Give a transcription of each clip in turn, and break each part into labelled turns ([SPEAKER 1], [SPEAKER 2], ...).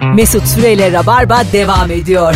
[SPEAKER 1] Mesut Süreyle Rabarba devam ediyor.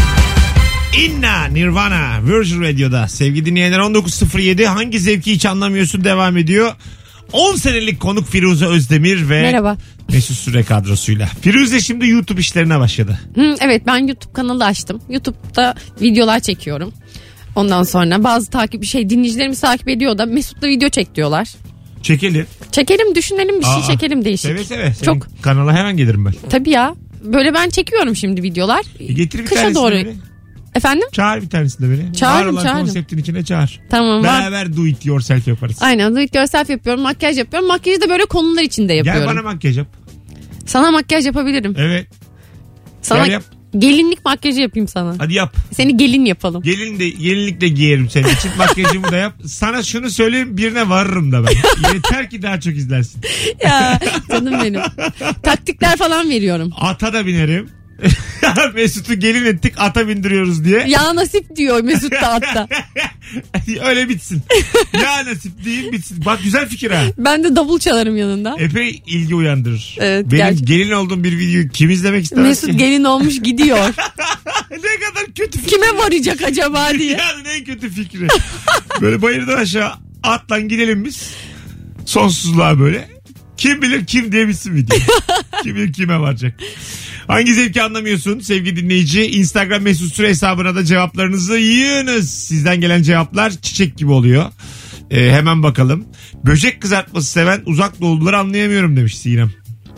[SPEAKER 2] Inna Nirvana Virgin Radio'da. Sevgili dinleyenler, 19.07 hangi zevki hiç anlamıyorsun devam ediyor. 10 senelik konuk Firuze Özdemir ve
[SPEAKER 3] Merhaba.
[SPEAKER 2] Mesut Süre kadrosuyla. Firuze şimdi YouTube işlerine başladı.
[SPEAKER 3] Evet, ben YouTube kanalı açtım. YouTube'da videolar çekiyorum. Ondan sonra bazı dinleyicilerimiz takip ediyor da Mesut'la video çek diyorlar.
[SPEAKER 2] Çekelim.
[SPEAKER 3] Çekelim, düşünelim, bir şey çekelim değişik.
[SPEAKER 2] Seve seve.
[SPEAKER 3] Çok
[SPEAKER 2] kanala hemen gelirim ben.
[SPEAKER 3] tabii ya. Böyle ben çekiyorum şimdi videolar.
[SPEAKER 2] Getir bir
[SPEAKER 3] Kışa
[SPEAKER 2] tanesini
[SPEAKER 3] doğru.
[SPEAKER 2] beni.
[SPEAKER 3] Efendim?
[SPEAKER 2] Çağır bir tanesini de beni.
[SPEAKER 3] Çağırırım.
[SPEAKER 2] Konseptin içine çağır.
[SPEAKER 3] Tamam.
[SPEAKER 2] Beraber do it yourself yaparız.
[SPEAKER 3] Aynen, do it yourself yapıyorum, makyaj yapıyorum. Makyajı da böyle konular içinde yapıyorum.
[SPEAKER 2] Gel bana makyaj yap.
[SPEAKER 3] Sana makyaj yapabilirim.
[SPEAKER 2] Evet.
[SPEAKER 3] Sana
[SPEAKER 2] Gel yap.
[SPEAKER 3] gelinlik makyajı yapayım sana.
[SPEAKER 2] Hadi yap.
[SPEAKER 3] Seni gelin yapalım.
[SPEAKER 2] Gelinlik de giyerim senin için. Makyajımı da yap. Sana şunu söyleyeyim, birine varırım da ben. Yeter ki daha çok izlersin.
[SPEAKER 3] Ya canım benim. Taktikler falan veriyorum.
[SPEAKER 2] Ata da binerim. Mesut'u gelin ettik, ata bindiriyoruz diye.
[SPEAKER 3] Ya nasip diyor Mesut da hatta.
[SPEAKER 2] Öyle bitsin. Ya nasip değil bitsin. Bak güzel fikir ha.
[SPEAKER 3] Ben de davul çalarım yanında.
[SPEAKER 2] Epey ilgi uyandırır.
[SPEAKER 3] Evet,
[SPEAKER 2] benim
[SPEAKER 3] gerçekten.
[SPEAKER 2] gelin olduğum bir videoyu kim izlemek istemez
[SPEAKER 3] Mesut
[SPEAKER 2] ki?
[SPEAKER 3] gelin olmuş gidiyor.
[SPEAKER 2] Ne kadar kötü fikir.
[SPEAKER 3] Kime varacak acaba diye.
[SPEAKER 2] Yani en kötü fikri. Böyle bayırdan aşağı atla gidelim biz. Sonsuzluğa böyle. Kim bilir kim diye bitsin video. Kim bilir kime varacak. Hangi zevki anlamıyorsun sevgili dinleyici? Instagram Mesut Süre hesabına da cevaplarınızı yığınız. Sizden gelen cevaplar çiçek gibi oluyor. Hemen bakalım. Böcek kızartması seven uzak doğuluları anlayamıyorum demiş Sinem.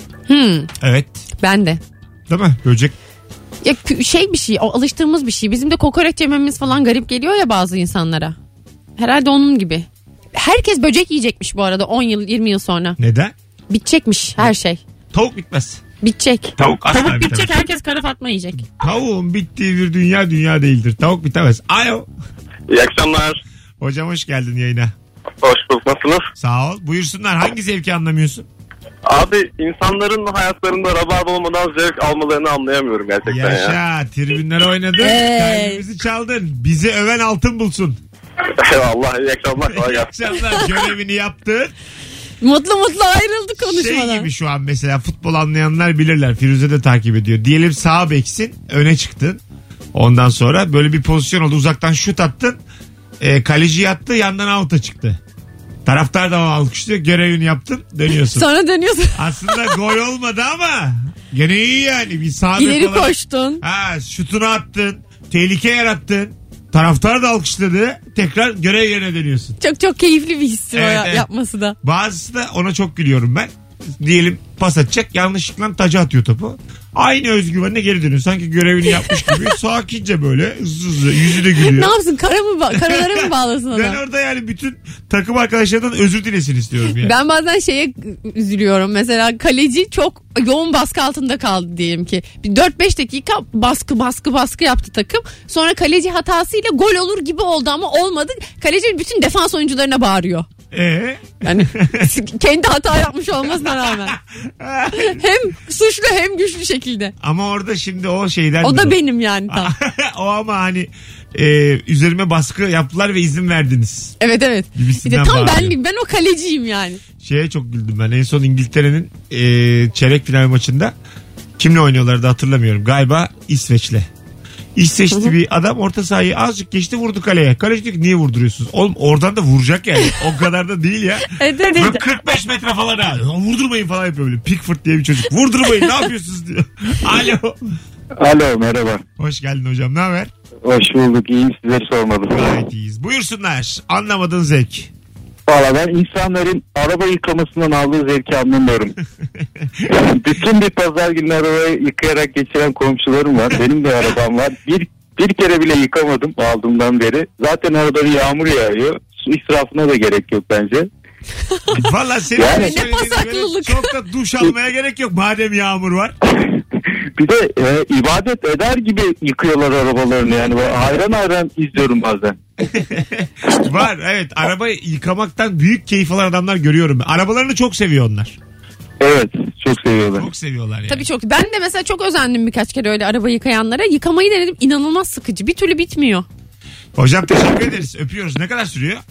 [SPEAKER 2] Evet.
[SPEAKER 3] Ben de.
[SPEAKER 2] Değil mi? Böcek.
[SPEAKER 3] Ya bir şey, o alıştığımız bir şey. Bizim de kokoreç yememiz falan garip geliyor ya bazı insanlara. Herhalde onun gibi. Herkes böcek yiyecekmiş bu arada 10 yıl 20 yıl sonra.
[SPEAKER 2] Neden?
[SPEAKER 3] Bitecekmiş her şey.
[SPEAKER 2] Tavuk bitmez.
[SPEAKER 3] Bitecek.
[SPEAKER 2] Tavuk asla
[SPEAKER 3] Tavuk bitecek,
[SPEAKER 2] bitemez.
[SPEAKER 3] herkes kara fatma yiyecek.
[SPEAKER 2] Tavuğun bittiği bir dünya değildir. Tavuk bitemez. Alo.
[SPEAKER 4] İyi akşamlar.
[SPEAKER 2] Hocam hoş geldin yayına.
[SPEAKER 4] Hoş bulduk. Nasılsınız?
[SPEAKER 2] Sağ ol. Buyursunlar. Hangi zevki anlamıyorsun?
[SPEAKER 4] Abi insanların hayatlarında rabarba olmadan zevk almalarını anlayamıyorum gerçekten ya.
[SPEAKER 2] Yaşa. Tribünlere oynadın. Kalbimizi çaldın. Bizi öven altın bulsun.
[SPEAKER 4] Eyvallah. İyi akşamlar. Kolay
[SPEAKER 2] İyi
[SPEAKER 4] gelsin.
[SPEAKER 2] akşamlar. Görevini yaptın.
[SPEAKER 3] Mutlu ayrıldık konuşmadan.
[SPEAKER 2] Şey gibi şu an mesela futbol anlayanlar bilirler. Firuze de takip ediyor. Diyelim sağ beksin. Öne çıktın. Ondan sonra böyle bir pozisyon oldu. Uzaktan şut attın. Kaleci yattı. Yandan out'a çıktı. Taraftar da alkışlıyor. Görevini yaptın. Dönüyorsun.
[SPEAKER 3] Sonra dönüyorsun.
[SPEAKER 2] Aslında gol olmadı ama gene iyi yani. Bir sağ bek
[SPEAKER 3] İleri
[SPEAKER 2] olarak-
[SPEAKER 3] koştun.
[SPEAKER 2] Şutunu attın. Tehlike yarattın. Taraftar da alkışladı. Tekrar görev yerine dönüyorsun.
[SPEAKER 3] Çok keyifli bir hissi
[SPEAKER 2] Evet,
[SPEAKER 3] o
[SPEAKER 2] evet.
[SPEAKER 3] yapması da.
[SPEAKER 2] Bazısı da ona çok gülüyorum ben. Diyelim pas atacak, yanlışlıkla taca atıyor topu. Aynı özgüvenle geri dönüyor. Sanki görevini yapmış gibi sakince böyle hızlı yüzü de gülüyor.
[SPEAKER 3] Ne yapsın, karalara mı bağlasın
[SPEAKER 2] Ben
[SPEAKER 3] adam?
[SPEAKER 2] orada yani bütün takım arkadaşlarından özür dilesin istiyorum yani.
[SPEAKER 3] Ben bazen şeye üzülüyorum. Mesela kaleci çok yoğun baskı altında kaldı diyelim ki. Bir 4-5 dakika baskı yaptı takım. Sonra kaleci hatasıyla gol olur gibi oldu ama olmadı. Kaleci bütün defans oyuncularına bağırıyor. Yani kendi hata yapmış olmasına rağmen. Hem suçlu hem güçlü şekilde.
[SPEAKER 2] Ama orada şimdi o şeyden...
[SPEAKER 3] O da benim yani tam.
[SPEAKER 2] O ama hani üzerime baskı yaptılar ve izin verdiniz.
[SPEAKER 3] Evet. Bir
[SPEAKER 2] Gibisinden
[SPEAKER 3] de tam
[SPEAKER 2] bağırıyor.
[SPEAKER 3] ben o kaleciyim yani.
[SPEAKER 2] Şeye çok güldüm ben. En son İngiltere'nin çeyrek final maçında kimle oynuyorlardı hatırlamıyorum. Galiba İsveç'le. İsveçli bir adam orta sahayı azıcık geçti, vurdu kaleye. Kaleci diyor ki niye vurduruyorsunuz? Oğlum oradan da vuracak yani. O kadar da değil ya.
[SPEAKER 3] Evet.
[SPEAKER 2] Böyle 45 metre falan ha. Vurdurmayın falan yapıyor böyle. Pickford diye bir çocuk. Vurdurmayın, ne yapıyorsunuz diyor. Alo.
[SPEAKER 5] Alo, merhaba.
[SPEAKER 2] Hoş geldin hocam, ne haber?
[SPEAKER 5] Hoş bulduk. İyiyim, sizleri sormadım.
[SPEAKER 2] Gayet iyiyiz. Buyursunlar. Anlamadığın zevk.
[SPEAKER 5] Valla ben insanların araba yıkamasından aldığı zevki anlamıyorum. Bütün bir pazar günü arabayı yıkayarak geçiren komşularım var. Benim de arabam var. Bir kere bile yıkamadım aldığımdan beri. Zaten arada bir yağmur yağıyor. Su israfına da gerek yok bence.
[SPEAKER 2] Valla senin
[SPEAKER 5] Yani-
[SPEAKER 2] söylediğine
[SPEAKER 3] Ne pasaklılık.
[SPEAKER 2] göre çok da duş almaya gerek yok madem yağmur var.
[SPEAKER 5] Bir de ibadet eder gibi yıkıyorlar arabalarını yani. Hayran izliyorum bazen.
[SPEAKER 2] Var evet, araba yıkamaktan büyük keyif alan adamlar görüyorum. Arabalarını çok seviyor onlar.
[SPEAKER 5] Evet, çok seviyorlar.
[SPEAKER 2] Çok seviyorlar yani.
[SPEAKER 3] Tabii çok. Ben de mesela çok özendim birkaç kere öyle araba yıkayanlara. Yıkamayı denedim, inanılmaz sıkıcı. Bir türlü bitmiyor.
[SPEAKER 2] Hocam teşekkür ederiz. Öpüyoruz. Ne kadar sürüyor?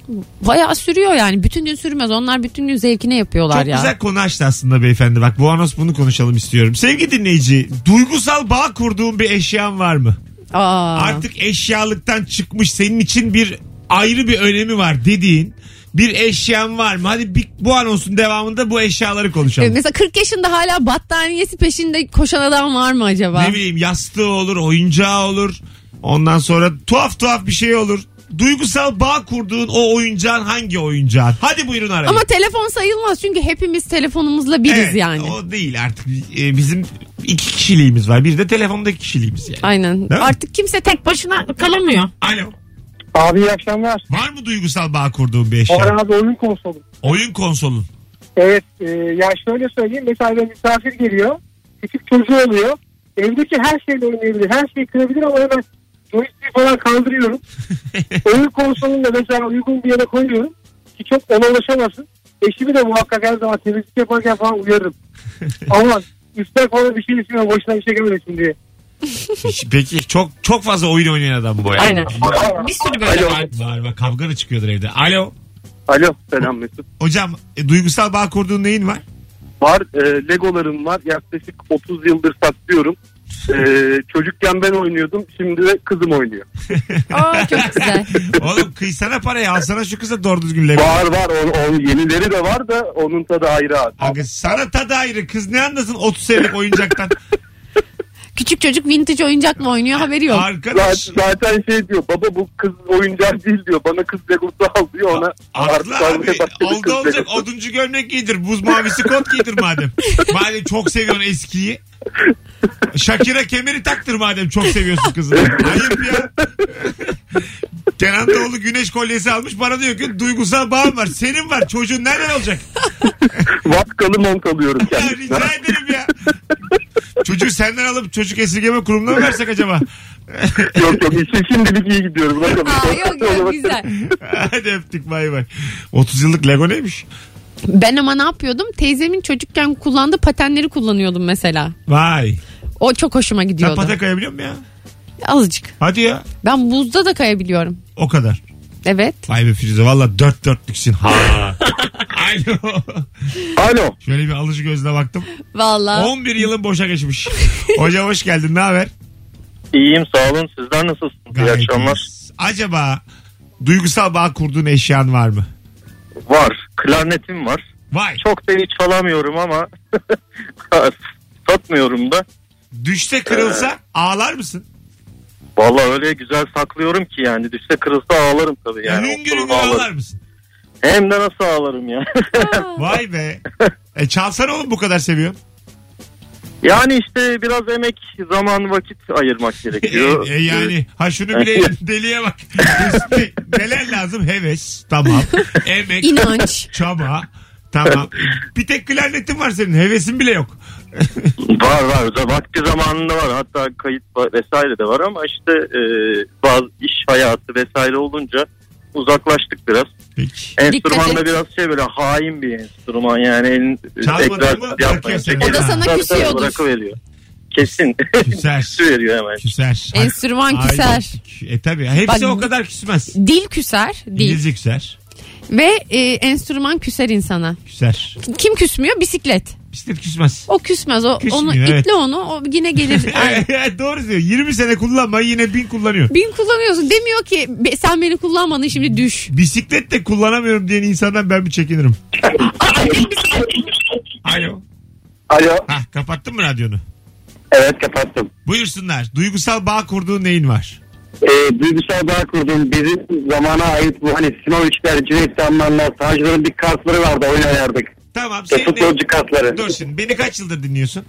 [SPEAKER 3] bayağı sürüyor yani. Bütün gün sürmez. Onlar bütün gün zevkine yapıyorlar
[SPEAKER 2] Çok
[SPEAKER 3] ya.
[SPEAKER 2] güzel konu açtı aslında beyefendi. Bak bu anons bunu konuşalım istiyorum. Sevgili dinleyici, duygusal bağ kurduğun bir eşyan var mı? Artık eşyalıktan çıkmış, senin için bir ayrı bir önemi var dediğin bir eşyan var mı? Hadi bu anonsun devamında bu eşyaları konuşalım.
[SPEAKER 3] Mesela 40 yaşında hala battaniyesi peşinde koşan adam var mı acaba?
[SPEAKER 2] Ne bileyim, yastığı olur, oyuncağı olur. Ondan sonra tuhaf bir şey olur. Duygusal bağ kurduğun o oyuncağın hangi oyuncağın? Hadi buyurun arayın.
[SPEAKER 3] Ama telefon sayılmaz çünkü hepimiz telefonumuzla biriz
[SPEAKER 2] evet,
[SPEAKER 3] yani.
[SPEAKER 2] O değil artık. Bizim 2 kişiliğimiz var. Bir de telefondaki kişiliğimiz yani.
[SPEAKER 3] Aynen. Artık kimse tek başına kalamıyor.
[SPEAKER 2] Alo.
[SPEAKER 6] Abi iyi akşamlar.
[SPEAKER 2] Var mı duygusal bağ kurduğun bir eşya?
[SPEAKER 6] Var abi, oyun konsolu.
[SPEAKER 2] Oyun konsolun.
[SPEAKER 6] Evet, ya şöyle söyleyeyim, mesela bir misafir geliyor, küçük çocuğu oluyor, evdeki her şeyle oynayabilir, her şeyi kırabilir ama hemen joystick falan kaldırıyorum. Oyun konsolunu da mesela uygun bir yere koyuyorum ki çok ona ulaşamasın. Eşimi de muhakkak her zaman temizlik yaparken falan uyarırım. Ama üstten falan bir şey istiyor, boşuna bir şey görmesin diye.
[SPEAKER 2] Peki çok fazla oyun oynayan adam bu ya.
[SPEAKER 3] Aynen. Bir sürü böyle var.
[SPEAKER 2] Var kavga da çıkıyordur evde. Alo.
[SPEAKER 4] Alo, selam Mesut.
[SPEAKER 2] Hocam duygusal bağ kurduğun neyin var?
[SPEAKER 4] Var, Legolarım var. Yaklaşık 30 yıldır saklıyorum. Çocukken ben oynuyordum. Şimdi de kızım oynuyor.
[SPEAKER 3] Aa, çok güzel.
[SPEAKER 2] Oğlum kıysana parayı, alsana şu kıza doğru düzgün Lego.
[SPEAKER 4] Var onun yenileri de var da onun tadı ayrı abi.
[SPEAKER 2] Aga, sana tadı ayrı. Kız ne anlasın 30 senelik oyuncaktan.
[SPEAKER 3] Küçük çocuk vintage oyuncakla oynuyor, haberi yok.
[SPEAKER 2] Arkadaş.
[SPEAKER 4] Zaten şey diyor, baba bu kız oyuncak değil diyor. Bana kız Legosu al diyor, ona.
[SPEAKER 2] Haklı abi. Oldu olacak oduncu gömlek giydir. Buz mavisi kot giydir madem. Madem çok seviyorsun eskiyi. Shakira kemeri taktır madem çok seviyorsun kızını. Ayıp ya. Kenan Doğulu güneş kolyesi almış, bana diyor ki duygusal bağım var. Senin var, çocuğun nereden olacak?
[SPEAKER 4] Vatkalı mont alıyorum
[SPEAKER 2] Ya
[SPEAKER 4] kendisine.
[SPEAKER 2] rica ederim ya. Çocuğu senden alıp çocuk esirgeme kurumuna mı versek acaba?
[SPEAKER 4] Yok işin şimdilik iyi gidiyoruz. Bakalım.
[SPEAKER 3] Yok güzel.
[SPEAKER 2] Hadi öptük, bay bay. 30 yıllık Lego neymiş?
[SPEAKER 3] Ben ama ne yapıyordum? Teyzemin çocukken kullandığı patenleri kullanıyordum mesela.
[SPEAKER 2] Vay.
[SPEAKER 3] O çok hoşuma
[SPEAKER 2] Sen
[SPEAKER 3] gidiyordu.
[SPEAKER 2] paten kayabiliyor musun ya?
[SPEAKER 3] Azıcık.
[SPEAKER 2] Hadi ya.
[SPEAKER 3] Ben buzda da kayabiliyorum.
[SPEAKER 2] O kadar.
[SPEAKER 3] Evet.
[SPEAKER 2] Vay be Firuze, valla dört dörtlüksün. Ha. Alo.
[SPEAKER 4] Alo.
[SPEAKER 2] Şöyle bir alıcı gözle baktım.
[SPEAKER 3] Vallahi.
[SPEAKER 2] 11 yılın boşa geçmiş. Hocam hoş geldin, ne haber?
[SPEAKER 4] İyiyim, sağ olun. Sizler nasılsınız? İyi akşamlar.
[SPEAKER 2] iyiyiz. Acaba duygusal bağ kurduğun eşyan var mı?
[SPEAKER 4] Var. Klarnetim var.
[SPEAKER 2] Vay.
[SPEAKER 4] Çok da hiç çalamıyorum ama satmıyorum da.
[SPEAKER 2] Düşse kırılsa ağlar mısın?
[SPEAKER 4] Vallahi öyle güzel saklıyorum ki yani düşse kırılsa ağlarım tabii yani.
[SPEAKER 2] Hüngür hüngür ağlar mısın?
[SPEAKER 4] Hem de nasıl ağlarım ya.
[SPEAKER 2] Vay be. Çalsana oğlum, bu kadar seviyorsun.
[SPEAKER 4] Yani işte biraz emek, zaman, vakit ayırmak gerekiyor.
[SPEAKER 2] Yani ha şunu bilelim, deliye bak. Neler lazım? Heves, tamam. Emek,
[SPEAKER 3] İnanç.
[SPEAKER 2] çaba, tamam. Bir tek klarnetin var senin, hevesin bile yok.
[SPEAKER 4] Var. Vakti zamanında var. Hatta kayıt vesaire de var ama işte bazı iş hayatı vesaire olunca uzaklaştık biraz.
[SPEAKER 2] Peki.
[SPEAKER 4] Enstrüman da biraz böyle hain bir enstrüman yani.
[SPEAKER 2] Çalmadın mı? Bırakıyor seni.
[SPEAKER 3] O da sana küsüyordur.
[SPEAKER 4] Bırakıveriyor. Kesin.
[SPEAKER 2] Küser.
[SPEAKER 4] Küsüveriyor hemen.
[SPEAKER 2] Küser.
[SPEAKER 3] Enstrüman küser.
[SPEAKER 2] Tabii. Hepsi
[SPEAKER 3] Bak,
[SPEAKER 2] o kadar küsmez.
[SPEAKER 3] Dil küser. Dil.
[SPEAKER 2] İngilizce küser.
[SPEAKER 3] Ve enstrüman küser insana.
[SPEAKER 2] Küser.
[SPEAKER 3] Kim küsmüyor? Bisiklet.
[SPEAKER 2] Bisiklet küsmez.
[SPEAKER 3] O küsmez.
[SPEAKER 2] Küsmüyor,
[SPEAKER 3] Onu
[SPEAKER 2] evet.
[SPEAKER 3] iple onu. O yine gelir. Yani.
[SPEAKER 2] Doğru diyor. 20 sene kullanma, yine 1000 kullanıyor.
[SPEAKER 3] 1000 kullanıyorsun. Demiyor ki sen beni kullanmadın, şimdi düş.
[SPEAKER 2] Bisiklet de kullanamıyorum diyen insandan ben bir çekinirim. Alo.
[SPEAKER 5] Alo.
[SPEAKER 2] Hah, kapattın mı radyonu?
[SPEAKER 5] Evet, kapattım.
[SPEAKER 2] Buyursunlar. Duygusal bağ kurduğun neyin var?
[SPEAKER 5] Duygusal bağ kurdum. Bizim zamana ait bu hani Sinoviçler, Cüneyt Damlarlar, Tanju'ların bir kartları vardı, oyun oynardık.
[SPEAKER 2] Tamam. Senin
[SPEAKER 5] Futbolcu kartları.
[SPEAKER 2] Dur şimdi. Beni kaç yıldır dinliyorsun?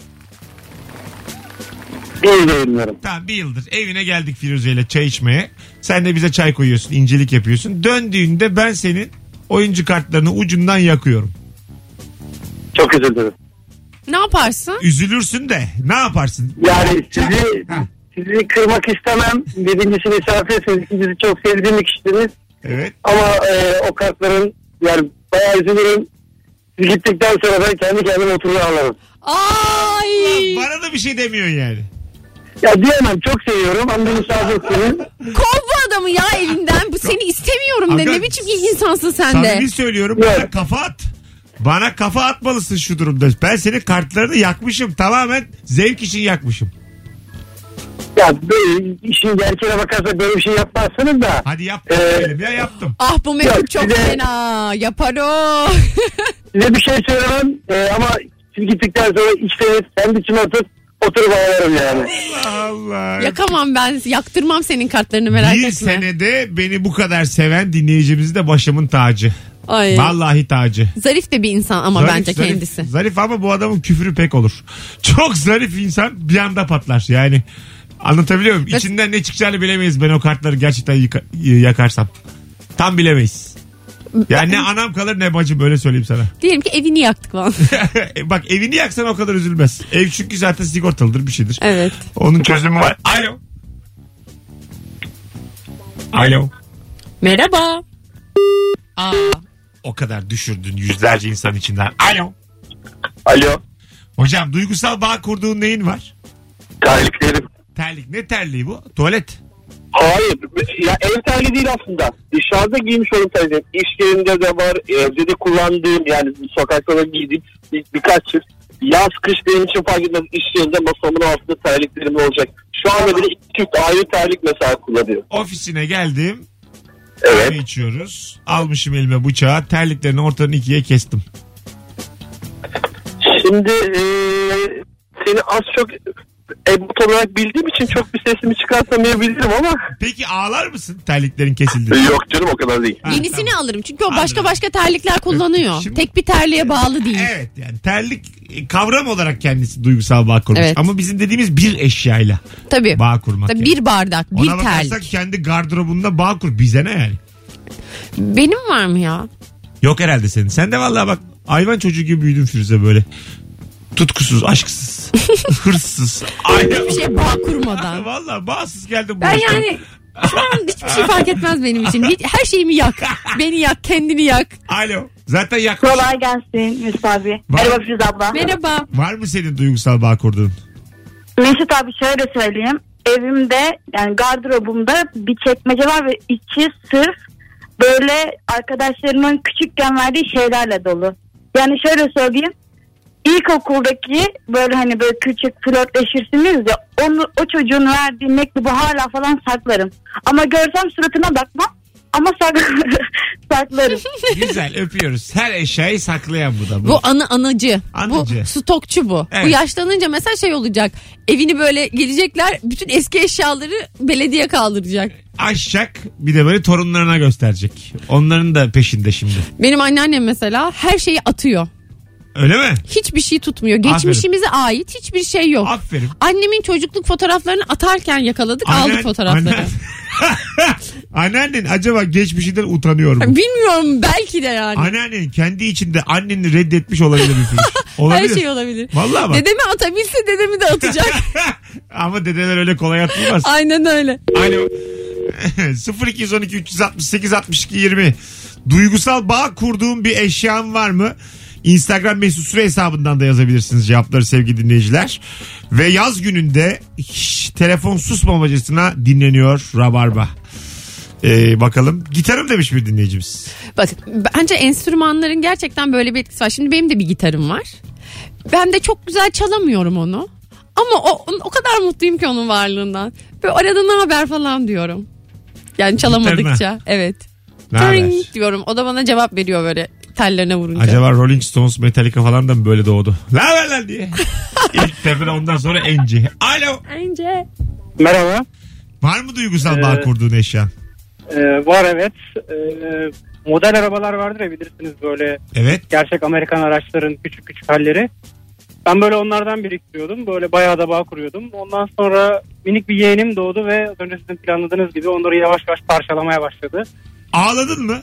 [SPEAKER 5] Bir yıl bilmiyorum.
[SPEAKER 2] Tamam, bir yıldır. Evine geldik Firuze ile çay içmeye. Sen de bize çay koyuyorsun, incelik yapıyorsun. Döndüğünde ben senin oyuncu kartlarını ucundan yakıyorum.
[SPEAKER 5] Çok üzüldüm.
[SPEAKER 3] Ne yaparsın?
[SPEAKER 2] Üzülürsün de ne yaparsın?
[SPEAKER 5] Yani sizi kırmak istemem. Birincisi misafirsiniz. İkincisi çok sevdiğim kişisiniz.
[SPEAKER 2] Evet.
[SPEAKER 5] Ama o kartların yani bayağı üzülürüm. Siz gittikten sonra ben kendi kendime oturur ağlarım.
[SPEAKER 3] Ay.
[SPEAKER 2] Bana da bir şey demiyorsun yani.
[SPEAKER 5] Ya diyemem, çok seviyorum ama misafirsiniz.
[SPEAKER 3] Kov bu adamı ya elinden. Bu seni istemiyorum de.
[SPEAKER 2] Aga,
[SPEAKER 3] Ne biçim insansın sen de.
[SPEAKER 2] Samimi söylüyorum, bana kafa at. Bana kafa atmalısın şu durumda. Ben senin kartlarını yakmışım. Tamamen zevk için yakmışım.
[SPEAKER 6] Ya böyle işin gerçeğine bakarsak böyle bir şey yapmazsınız da.
[SPEAKER 2] Hadi yaptım diyelim ya, yaptım.
[SPEAKER 3] Ah bu mektup
[SPEAKER 6] Yok,
[SPEAKER 3] çok
[SPEAKER 6] size-
[SPEAKER 3] fena. Yapar o.
[SPEAKER 6] Size bir şey söylemem ama siz gittikten sonra işte kendi içime oturup ağlarım yani.
[SPEAKER 2] Allah Allah.
[SPEAKER 3] Yakamam ben. Yaktırmam senin kartlarını, merak
[SPEAKER 2] Bir
[SPEAKER 3] etme.
[SPEAKER 2] senede beni bu kadar seven dinleyicimiz de başımın tacı.
[SPEAKER 3] Ay.
[SPEAKER 2] Vallahi tacı.
[SPEAKER 3] Zarif de bir insan ama
[SPEAKER 2] Zarif,
[SPEAKER 3] bence
[SPEAKER 2] zarif.
[SPEAKER 3] kendisi.
[SPEAKER 2] Zarif ama bu adamın küfrü pek olur. Çok zarif insan bir anda patlar. Yani anlatabiliyor muyum? İçinden ne çıkacağını bilemeyiz ben o kartları gerçekten yakarsam. Tam bilemeyiz. Yani ne anam kalır ne bacım, öyle söyleyeyim sana.
[SPEAKER 3] Diyelim ki evini yaktık falan.
[SPEAKER 2] Bak evini yaksan o kadar üzülmez. Ev çünkü zaten sigortalıdır, bir şeydir.
[SPEAKER 3] Evet.
[SPEAKER 2] Onun çözümü var. Alo. Alo.
[SPEAKER 3] Merhaba. Aa.
[SPEAKER 2] O kadar düşürdün yüzlerce insan içinden. Alo.
[SPEAKER 5] Alo.
[SPEAKER 2] Hocam duygusal bağ kurduğun neyin var?
[SPEAKER 5] Terliklerim.
[SPEAKER 2] Terlik. Ne terliği bu? Tuvalet.
[SPEAKER 5] Hayır. Ya ev terliği değil aslında. Dışarıda giymiş olduğum terlik. İş yerinde de var. Evde de kullandığım, yani sokakta da giydiğim birkaç çift. Yaz kış benim için fark etmez. İş yerinde masamın altında terliklerim olacak. Şu anda bile 2 çift ayrı terlik mesela kullanıyorum.
[SPEAKER 2] Ofisine geldim.
[SPEAKER 5] Evet.
[SPEAKER 2] Kahve içiyoruz. Almışım elime bıçağı. Terliklerini ortadan ikiye kestim.
[SPEAKER 5] Şimdi seni az çok ebat olarak bildiğim için çok bir sesimi çıkartamayabilirim ama.
[SPEAKER 2] Peki ağlar mısın terliklerin kesildi?
[SPEAKER 5] Yok canım, o kadar değil.
[SPEAKER 2] Ha,
[SPEAKER 3] Yenisini
[SPEAKER 2] tamam.
[SPEAKER 3] alırım çünkü o başka
[SPEAKER 2] Anladım.
[SPEAKER 3] başka terlikler kullanıyor.
[SPEAKER 2] Şimdi-
[SPEAKER 3] Tek bir terliğe bağlı değil.
[SPEAKER 2] Evet, yani terlik kavram olarak kendisi duygusal bağ kurmuş.
[SPEAKER 3] Evet.
[SPEAKER 2] Ama bizim dediğimiz bir eşyayla
[SPEAKER 3] Tabii.
[SPEAKER 2] bağ kurmak.
[SPEAKER 3] Tabii
[SPEAKER 2] yani.
[SPEAKER 3] bir bardak, bir
[SPEAKER 2] Ona bakarsak
[SPEAKER 3] terlik.
[SPEAKER 2] kendi gardırobunda bağ kur. Bize ne yani?
[SPEAKER 3] Benim var mı ya?
[SPEAKER 2] Yok herhalde senin. Sen de vallahi bak hayvan çocuğu gibi büyüdün Firuze böyle. Tutkusuz, aşksız, hırsız.
[SPEAKER 3] Hiçbir şey bağ kurmadan.
[SPEAKER 2] Vallahi bağsız geldim. bu
[SPEAKER 3] Ben
[SPEAKER 2] yaşta.
[SPEAKER 3] yani şu an hiçbir şey fark etmez benim için. Her şeyimi yak. Beni yak, kendini yak.
[SPEAKER 2] Alo. Zaten yakmış.
[SPEAKER 7] Kolay gelsin Mesut abi. Merhaba Firuze abla.
[SPEAKER 3] Merhaba.
[SPEAKER 2] Var mı senin duygusal bağ kurduğun?
[SPEAKER 7] Mesut abi şöyle söyleyeyim. Evimde yani gardırobumda bir çekmece var ve içi sırf böyle arkadaşlarımın küçükken verdiği şeylerle dolu. Yani şöyle söyleyeyim. İlkokuldaki böyle hani böyle küçük flörtleşirsiniz ya, o çocuğun verdiği mektubu hala falan saklarım. Ama görsem suratına bakmam ama saklarım.
[SPEAKER 2] Güzel, öpüyoruz. Her eşyayı saklayan bu da.
[SPEAKER 3] Bu anıcı.
[SPEAKER 2] Anıcı.
[SPEAKER 3] Bu stokçu bu.
[SPEAKER 2] Evet.
[SPEAKER 3] Bu yaşlanınca mesela şey olacak. Evini böyle gelecekler. Bütün eski eşyaları belediye kaldıracak.
[SPEAKER 2] Aşacak, bir de böyle torunlarına gösterecek. Onların da peşinde şimdi.
[SPEAKER 3] Benim anneannem mesela her şeyi atıyor.
[SPEAKER 2] Öyle mi?
[SPEAKER 3] Hiçbir şey tutmuyor. Geçmişimize ait hiçbir şey yok.
[SPEAKER 2] Aferin.
[SPEAKER 3] Annemin çocukluk fotoğraflarını atarken yakaladık, aldık fotoğrafları.
[SPEAKER 2] Anneannen acaba geçmişinden utanıyor mu?
[SPEAKER 3] Bilmiyorum, belki de yani.
[SPEAKER 2] Anneannen kendi içinde anneni reddetmiş olabilir mi? Olabilir.
[SPEAKER 3] Her şey olabilir.
[SPEAKER 2] Vallahi bak.
[SPEAKER 3] Dedemi atabilse dedemi de atacak.
[SPEAKER 2] Ama dedeler öyle kolay atılmaz.
[SPEAKER 3] Aynen öyle.
[SPEAKER 2] Alo. 0212 368 62 20. Duygusal bağ kurduğun bir eşyan var mı? Instagram mesut süre hesabından da yazabilirsiniz cevapları sevgili dinleyiciler. Ve yaz gününde telefon susmamacasına dinleniyor Rabarba. Bakalım. Gitarım demiş bir dinleyicimiz.
[SPEAKER 3] Bak, bence enstrümanların gerçekten böyle bir etkisi var. Şimdi benim de bir gitarım var. Ben de çok güzel çalamıyorum onu. Ama o kadar mutluyum ki onun varlığından. Böyle arada ne haber falan diyorum. Yani çalamadıkça.
[SPEAKER 2] Gitarına.
[SPEAKER 3] Evet.
[SPEAKER 2] Ne haber?
[SPEAKER 3] Tring diyorum. O da bana cevap veriyor böyle tellerine vurunca.
[SPEAKER 2] Acaba Rolling Stones, Metallica falan da mı böyle doğdu? Ne haber lan diye. İlk tepede, ondan sonra enci. Alo.
[SPEAKER 3] Bence.
[SPEAKER 6] Merhaba.
[SPEAKER 2] Var mı duygusal bağ kurduğun eşyan?
[SPEAKER 6] Var evet. Model arabalar vardır ya, bilirsiniz böyle
[SPEAKER 2] Evet.
[SPEAKER 6] gerçek Amerikan araçların küçük küçük halleri. Ben böyle onlardan biriktiriyordum. Böyle bayağı da bağ kuruyordum. Ondan sonra minik bir yeğenim doğdu ve az önce sizin planladığınız gibi onları yavaş yavaş parçalamaya başladı.
[SPEAKER 2] Ağladın mı?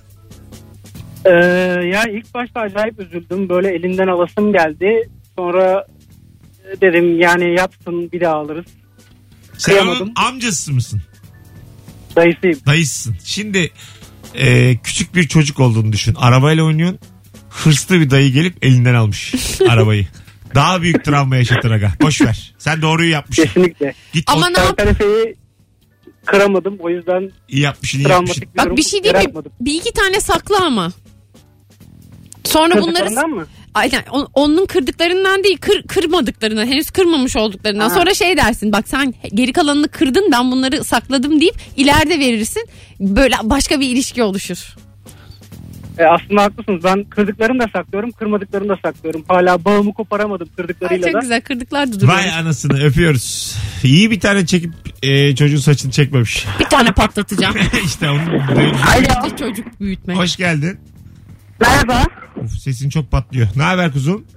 [SPEAKER 6] Ya ilk başta acayip üzüldüm. Böyle elinden alasım geldi. Sonra dedim yani yapsın, bir daha alırız.
[SPEAKER 2] Sen
[SPEAKER 6] Kıyamadım.
[SPEAKER 2] onun amcası mısın?
[SPEAKER 6] Dayısıyım.
[SPEAKER 2] Dayısın. Şimdi küçük bir çocuk olduğunu düşün. Arabayla oynuyorsun. Hırslı bir dayı gelip elinden almış arabayı. Daha büyük travma yaşatır aga. Boş ver. Sen doğruyu yapmışsın.
[SPEAKER 6] Kesinlikle.
[SPEAKER 2] Git
[SPEAKER 3] Ama ne yap?
[SPEAKER 6] Kalorifer'i kıramadım. O yüzden
[SPEAKER 2] İyi yapmışsın, iyi yapmışsın.
[SPEAKER 6] travmatik
[SPEAKER 3] Bak bir şey değil mi?
[SPEAKER 6] yaratmadım.
[SPEAKER 3] Bir iki tane sakla ama. Sonra bunları
[SPEAKER 6] Kırdıklarından mı?
[SPEAKER 3] aynen onun kırdıklarından değil, kırmadıklarından, henüz kırmamış olduklarından. Sonra şey dersin, bak sen geri kalanını kırdın, ben bunları sakladım deyip ileride verirsin. Böyle başka bir ilişki oluşur.
[SPEAKER 6] Aslında haklısınız. Ben kırdıklarını da saklıyorum, kırmadıklarını da saklıyorum. Hala bağımı koparamadım
[SPEAKER 3] Ay,
[SPEAKER 6] kırdıklarıyla
[SPEAKER 3] çok
[SPEAKER 6] da.
[SPEAKER 3] güzel, kırdıklar da duruyor.
[SPEAKER 2] Vay anasını, öpüyoruz. İyi bir tane çekip çocuğun saçını çekmemiş.
[SPEAKER 3] Bir tane patlatacağım.
[SPEAKER 2] İşte onu.
[SPEAKER 3] Bir çocuk büyütmek.
[SPEAKER 2] Hoş geldin.
[SPEAKER 7] Merhaba.
[SPEAKER 2] Of, sesin çok patlıyor. Ne haber kuzum?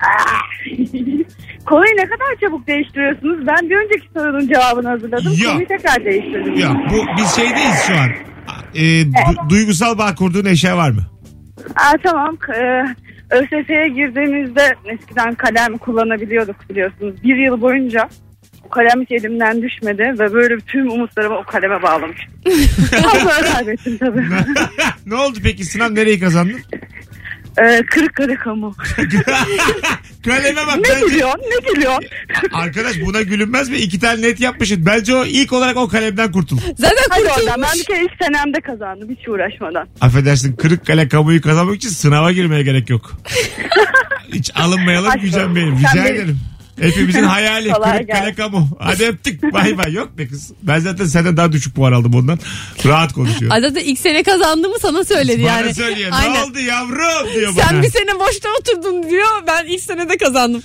[SPEAKER 7] Konuyu ne kadar çabuk değiştiriyorsunuz? Ben bir önceki sorunun cevabını hazırladım.
[SPEAKER 2] Yok.
[SPEAKER 7] Konuyu tekrar değiştirdim.
[SPEAKER 2] Ya biz şeydeyiz şu an. Duygusal bağ kurduğun eşya var mı?
[SPEAKER 7] Tamam. ÖSS'ye girdiğimizde eskiden kalem kullanabiliyorduk biliyorsunuz. Bir yıl boyunca o kalem hiç elimden düşmedi ve böyle tüm umutlarımı o kaleme bağlamıştım. Sonra kaybettim tabii.
[SPEAKER 2] Ne oldu peki, sınav nereyi kazandın?
[SPEAKER 7] Kırıkkale kamu.
[SPEAKER 2] Kaleme bak.
[SPEAKER 7] Ne gülüyorsun? Ne gülüyorsun?
[SPEAKER 2] Arkadaş buna gülünmez mi? 2 tane net yapmışsın. Bence o ilk olarak o kalemden kurtul.
[SPEAKER 3] Zaten
[SPEAKER 7] Hadi oradan. Ben
[SPEAKER 3] kurtulmuş.
[SPEAKER 7] bir kere ilk senemde kazandım hiç uğraşmadan.
[SPEAKER 2] Affedersin, Kırıkkale kamuyu kazanmak için sınava girmeye gerek yok. Hiç alınmayalım,
[SPEAKER 7] Aşk
[SPEAKER 2] gücenmeyelim.
[SPEAKER 7] olsun.
[SPEAKER 2] Rica
[SPEAKER 7] Sen
[SPEAKER 2] ederim. Hepimizin hayali
[SPEAKER 7] Kolay
[SPEAKER 2] Kırıkkale
[SPEAKER 7] gelsin.
[SPEAKER 2] kamu. Hadi öptük. Bay bay. Yok be kız. Ben zaten senden daha düşük puan aldım ondan. Rahat konuşuyorum.
[SPEAKER 3] Ay, zaten ilk sene kazandığımı sana söyledi
[SPEAKER 2] Bana
[SPEAKER 3] yani.
[SPEAKER 2] söylüyor. Ne
[SPEAKER 3] Aynen.
[SPEAKER 2] oldu yavrum diyor bana.
[SPEAKER 3] Sen bir sene boşta oturdun diyor. Ben ilk senede kazandım.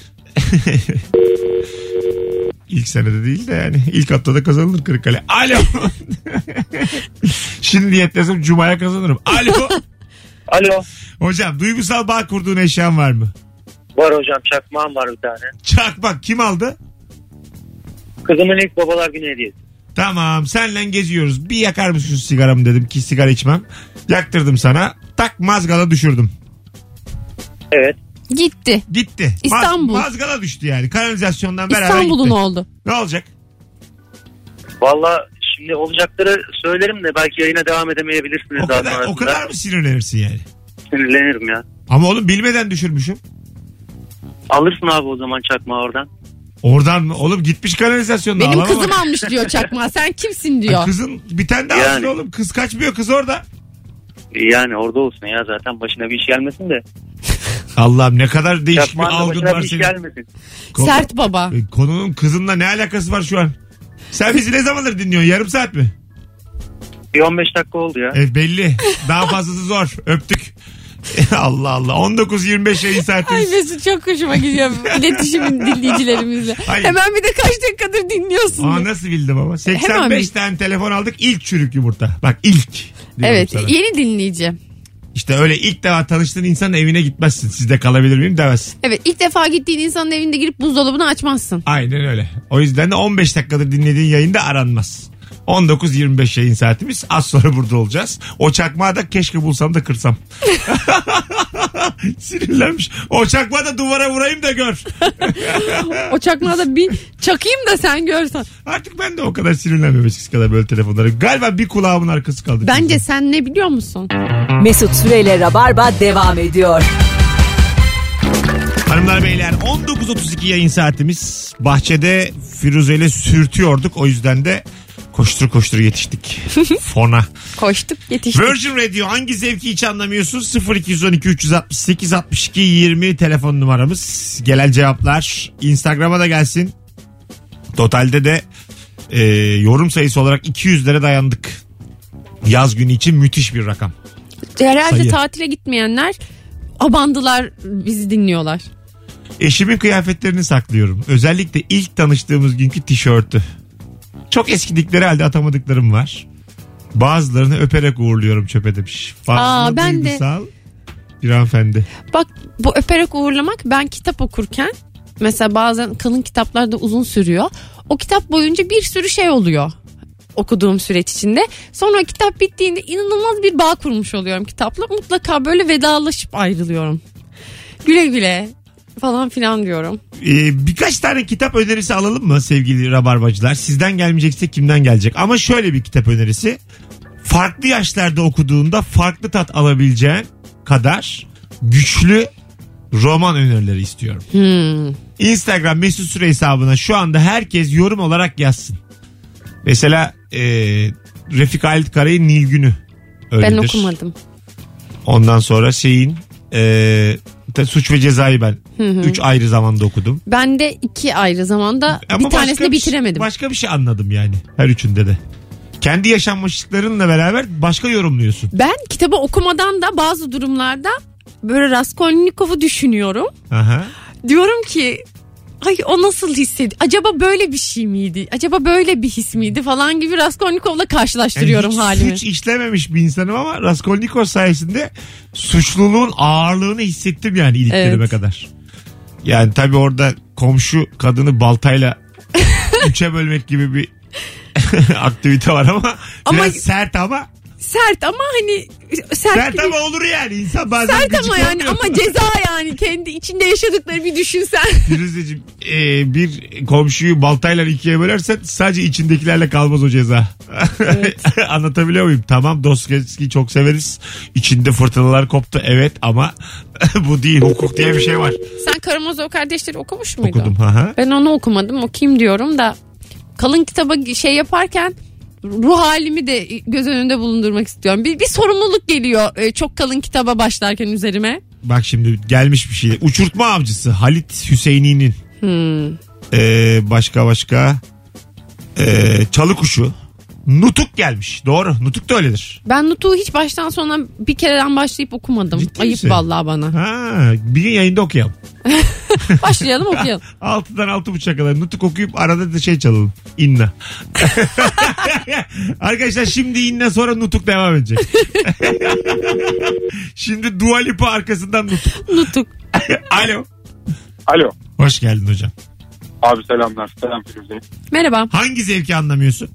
[SPEAKER 2] İlk senede değil de yani ilk haftada kazanılır Kırıkkale. Alo. Şimdi niyetlersem Cuma'ya kazanırım. Alo.
[SPEAKER 4] Alo.
[SPEAKER 2] Hocam duygusal bağ kurduğun eşyan var mı?
[SPEAKER 4] Var hocam, çakmağım var bir tane.
[SPEAKER 2] Çakmak kim aldı?
[SPEAKER 4] Kızımın ilk babalar günü hediyesi.
[SPEAKER 2] Tamam, senle geziyoruz. Bir yakar mısın şu sigaramı dedim ki sigara içmem. Yaktırdım sana. Tak, mazgala düşürdüm.
[SPEAKER 4] Evet.
[SPEAKER 3] Gitti.
[SPEAKER 2] Gitti.
[SPEAKER 3] İstanbul.
[SPEAKER 2] Mazgala düştü yani. Kanalizasyondan beraber
[SPEAKER 3] İstanbul'un
[SPEAKER 2] gitti.
[SPEAKER 3] oldu.
[SPEAKER 2] Ne olacak?
[SPEAKER 4] Valla şimdi olacakları söylerim de belki yayına devam edemeyebilirsiniz.
[SPEAKER 2] O kadar mı sinirlenirsin yani?
[SPEAKER 4] Sinirlenirim ya.
[SPEAKER 2] Ama oğlum bilmeden düşürmüşüm.
[SPEAKER 4] Alırsın abi o zaman çakmağı oradan.
[SPEAKER 2] Oradan mı? Oğlum gitmiş kanalizasyonda.
[SPEAKER 3] Benim
[SPEAKER 2] alamam.
[SPEAKER 3] kızım almış diyor çakma. Sen kimsin
[SPEAKER 2] Ha,
[SPEAKER 3] diyor.
[SPEAKER 2] kızın bir tane daha
[SPEAKER 4] Yani.
[SPEAKER 2] alsın oğlum. Kız kaçmıyor, kız orada.
[SPEAKER 4] Yani orada olsun ya, zaten başına bir iş gelmesin de.
[SPEAKER 2] Allah'ım ne kadar değişik bir
[SPEAKER 4] Çakmağın da
[SPEAKER 2] algın
[SPEAKER 4] başına
[SPEAKER 2] var
[SPEAKER 4] bir iş
[SPEAKER 2] senin.
[SPEAKER 4] gelmesin.
[SPEAKER 3] Sert baba.
[SPEAKER 2] Konunun kızınla ne alakası var şu an? Sen bizi ne zamandır dinliyorsun? Yarım saat mi?
[SPEAKER 4] Bir 15 dakika oldu ya.
[SPEAKER 2] Belli. Daha fazlası zor. Öptük. Allah Allah. 19-25 yayın
[SPEAKER 3] Ay
[SPEAKER 2] saatimiz.
[SPEAKER 3] Mesut çok hoşuma gidiyor iletişimin dinleyicilerimizle.
[SPEAKER 2] Hayır.
[SPEAKER 3] Hemen bir de kaç dakikadır dinliyorsun.
[SPEAKER 2] Aa, nasıl bildim ama.
[SPEAKER 3] Hemen
[SPEAKER 2] 85
[SPEAKER 3] bil.
[SPEAKER 2] tane telefon aldık. İlk çürük yumurta. Bak ilk. diyorum
[SPEAKER 3] Evet,
[SPEAKER 2] sana.
[SPEAKER 3] yeni dinleyici.
[SPEAKER 2] İşte öyle ilk defa tanıştığın insanın evine gitmezsin. Sizde kalabilir miyim demezsin.
[SPEAKER 3] Evet, ilk defa gittiğin insanın evinde girip buzdolabını açmazsın.
[SPEAKER 2] Aynen öyle. O yüzden de 15 dakikadır dinlediğin yayında aranmaz. 19-25 yayın saatimiz. Az sonra burada olacağız. O çakmağı da keşke bulsam da kırsam. Sinirlenmiş. O çakmağı da duvara vurayım da gör.
[SPEAKER 3] O çakmağı da bir çakayım da sen görsen.
[SPEAKER 2] Artık ben de o kadar sinirlenmem eskisi kadar böyle telefonlara. Galiba bir kulağımın arkası kaldı.
[SPEAKER 3] Bence sen ne biliyor musun?
[SPEAKER 1] Mesut Süreyle Rabarba devam ediyor.
[SPEAKER 2] Hanımlar beyler 19.32 yayın saatimiz. Bahçede Firuze ile sürtüyorduk. O yüzden de koştur koştur yetiştik. Fona.
[SPEAKER 3] Koştuk yetiştik.
[SPEAKER 2] Virgin Radio, hangi zevki hiç anlamıyorsun? 0212 368 62 20 telefon numaramız. Gelen cevaplar Instagram'a da gelsin. Totalde de yorum sayısı olarak 200'lere dayandık. Yaz günü için müthiş bir rakam.
[SPEAKER 3] Herhalde
[SPEAKER 2] Sayı.
[SPEAKER 3] tatile gitmeyenler abandılar, bizi dinliyorlar.
[SPEAKER 2] Eşimin kıyafetlerini saklıyorum. Özellikle ilk tanıştığımız günkü tişörtü. Çok eskidikleri halde atamadıklarım var. Bazılarını öperek uğurluyorum çöpe demiş. Fazla
[SPEAKER 3] ben de.
[SPEAKER 2] duygusal bir hanımefendi.
[SPEAKER 3] Bak, bu öperek uğurlamak, ben kitap okurken mesela bazen kalın kitaplar da uzun sürüyor. O kitap boyunca bir sürü şey oluyor okuduğum süreç içinde. Sonra o kitap bittiğinde inanılmaz bir bağ kurmuş oluyorum kitapla. Mutlaka böyle vedalaşıp ayrılıyorum. Güle güle falan filan diyorum.
[SPEAKER 2] Birkaç tane kitap önerisi alalım mı sevgili rabarbacılar? Sizden gelmeyecekse kimden gelecek? Ama şöyle bir kitap önerisi. Farklı yaşlarda okuduğunda farklı tat alabileceğin kadar güçlü roman önerileri istiyorum. Instagram Mesut Süre hesabına şu anda herkes yorum olarak yazsın. Mesela Refik Halit Karay'ın Nilgün'ü öyledir.
[SPEAKER 3] Ben okumadım.
[SPEAKER 2] Ondan sonra Suç ve Ceza'yı ben 3 ayrı zamanda okudum.
[SPEAKER 3] Ben de 2 ayrı zamanda
[SPEAKER 2] Ama
[SPEAKER 3] bir tanesini bitiremedim.
[SPEAKER 2] Başka bir şey anladım yani her üçünde de. Kendi yaşanmışlıklarınla beraber başka yorumluyorsun.
[SPEAKER 3] Ben kitabı okumadan da bazı durumlarda böyle Raskolnikov'u düşünüyorum.
[SPEAKER 2] Aha.
[SPEAKER 3] Diyorum ki ay o nasıl hissediyor? Acaba böyle bir şey miydi? Acaba böyle bir his miydi falan gibi Raskolnikov'la karşılaştırıyorum
[SPEAKER 2] hiç
[SPEAKER 3] halimi.
[SPEAKER 2] Suç işlememiş bir insanım ama Raskolnikov sayesinde suçluluğun ağırlığını hissettim yani iliklerime kadar. Yani tabii orada komşu kadını baltayla 3'e bölmek gibi bir aktivite var ama biraz sert ama.
[SPEAKER 3] Sert ama hani
[SPEAKER 2] sert ama olur yani insan bazen
[SPEAKER 3] sert ama yani
[SPEAKER 2] olmuyor.
[SPEAKER 3] ama ceza yani kendi içinde yaşadıkları bir düşünsen.
[SPEAKER 2] Firuzeciğim bir komşuyu baltayla 2'ye bölersen sadece içindekilerle kalmaz o ceza. Evet. Anlatabiliyor muyum? Tamam Dostoyevski'yi çok severiz. İçinde fırtınalar koptu evet ama bu değil, hukuk diye bir şey var.
[SPEAKER 3] Sen Karamazov Kardeşleri okumuş muydun?
[SPEAKER 2] Okudum. Aha.
[SPEAKER 3] Ben onu okumadım, okuyayım diyorum da kalın kitaba yaparken ruh halimi de göz önünde bulundurmak istiyorum. Bir sorumluluk geliyor çok kalın kitaba başlarken üzerime.
[SPEAKER 2] Bak şimdi gelmiş bir şey. Uçurtma Avcısı Halit Hüseyini'nin. Başka Çalı Kuşu. Nutuk gelmiş. Doğru. Nutuk da öyledir.
[SPEAKER 3] Ben Nutuk'u hiç baştan sona bir kereden başlayıp okumadım.
[SPEAKER 2] Ciddi
[SPEAKER 3] Ayıp
[SPEAKER 2] misin?
[SPEAKER 3] vallahi bana.
[SPEAKER 2] Ha, bir gün yayında okuyalım.
[SPEAKER 3] Başlayalım okuyalım.
[SPEAKER 2] 6'dan 6.30'a kadar Nutuk okuyup arada da çalalım. İnna. Arkadaşlar şimdi inna sonra Nutuk devam edecek. Şimdi Dua Lipa arkasından Nutuk.
[SPEAKER 3] Nutuk.
[SPEAKER 2] Alo.
[SPEAKER 8] Alo.
[SPEAKER 2] Hoş geldin hocam.
[SPEAKER 8] Abi selamlar. Selam Firuze.
[SPEAKER 3] Merhaba.
[SPEAKER 2] Hangi zevki anlamıyorsun?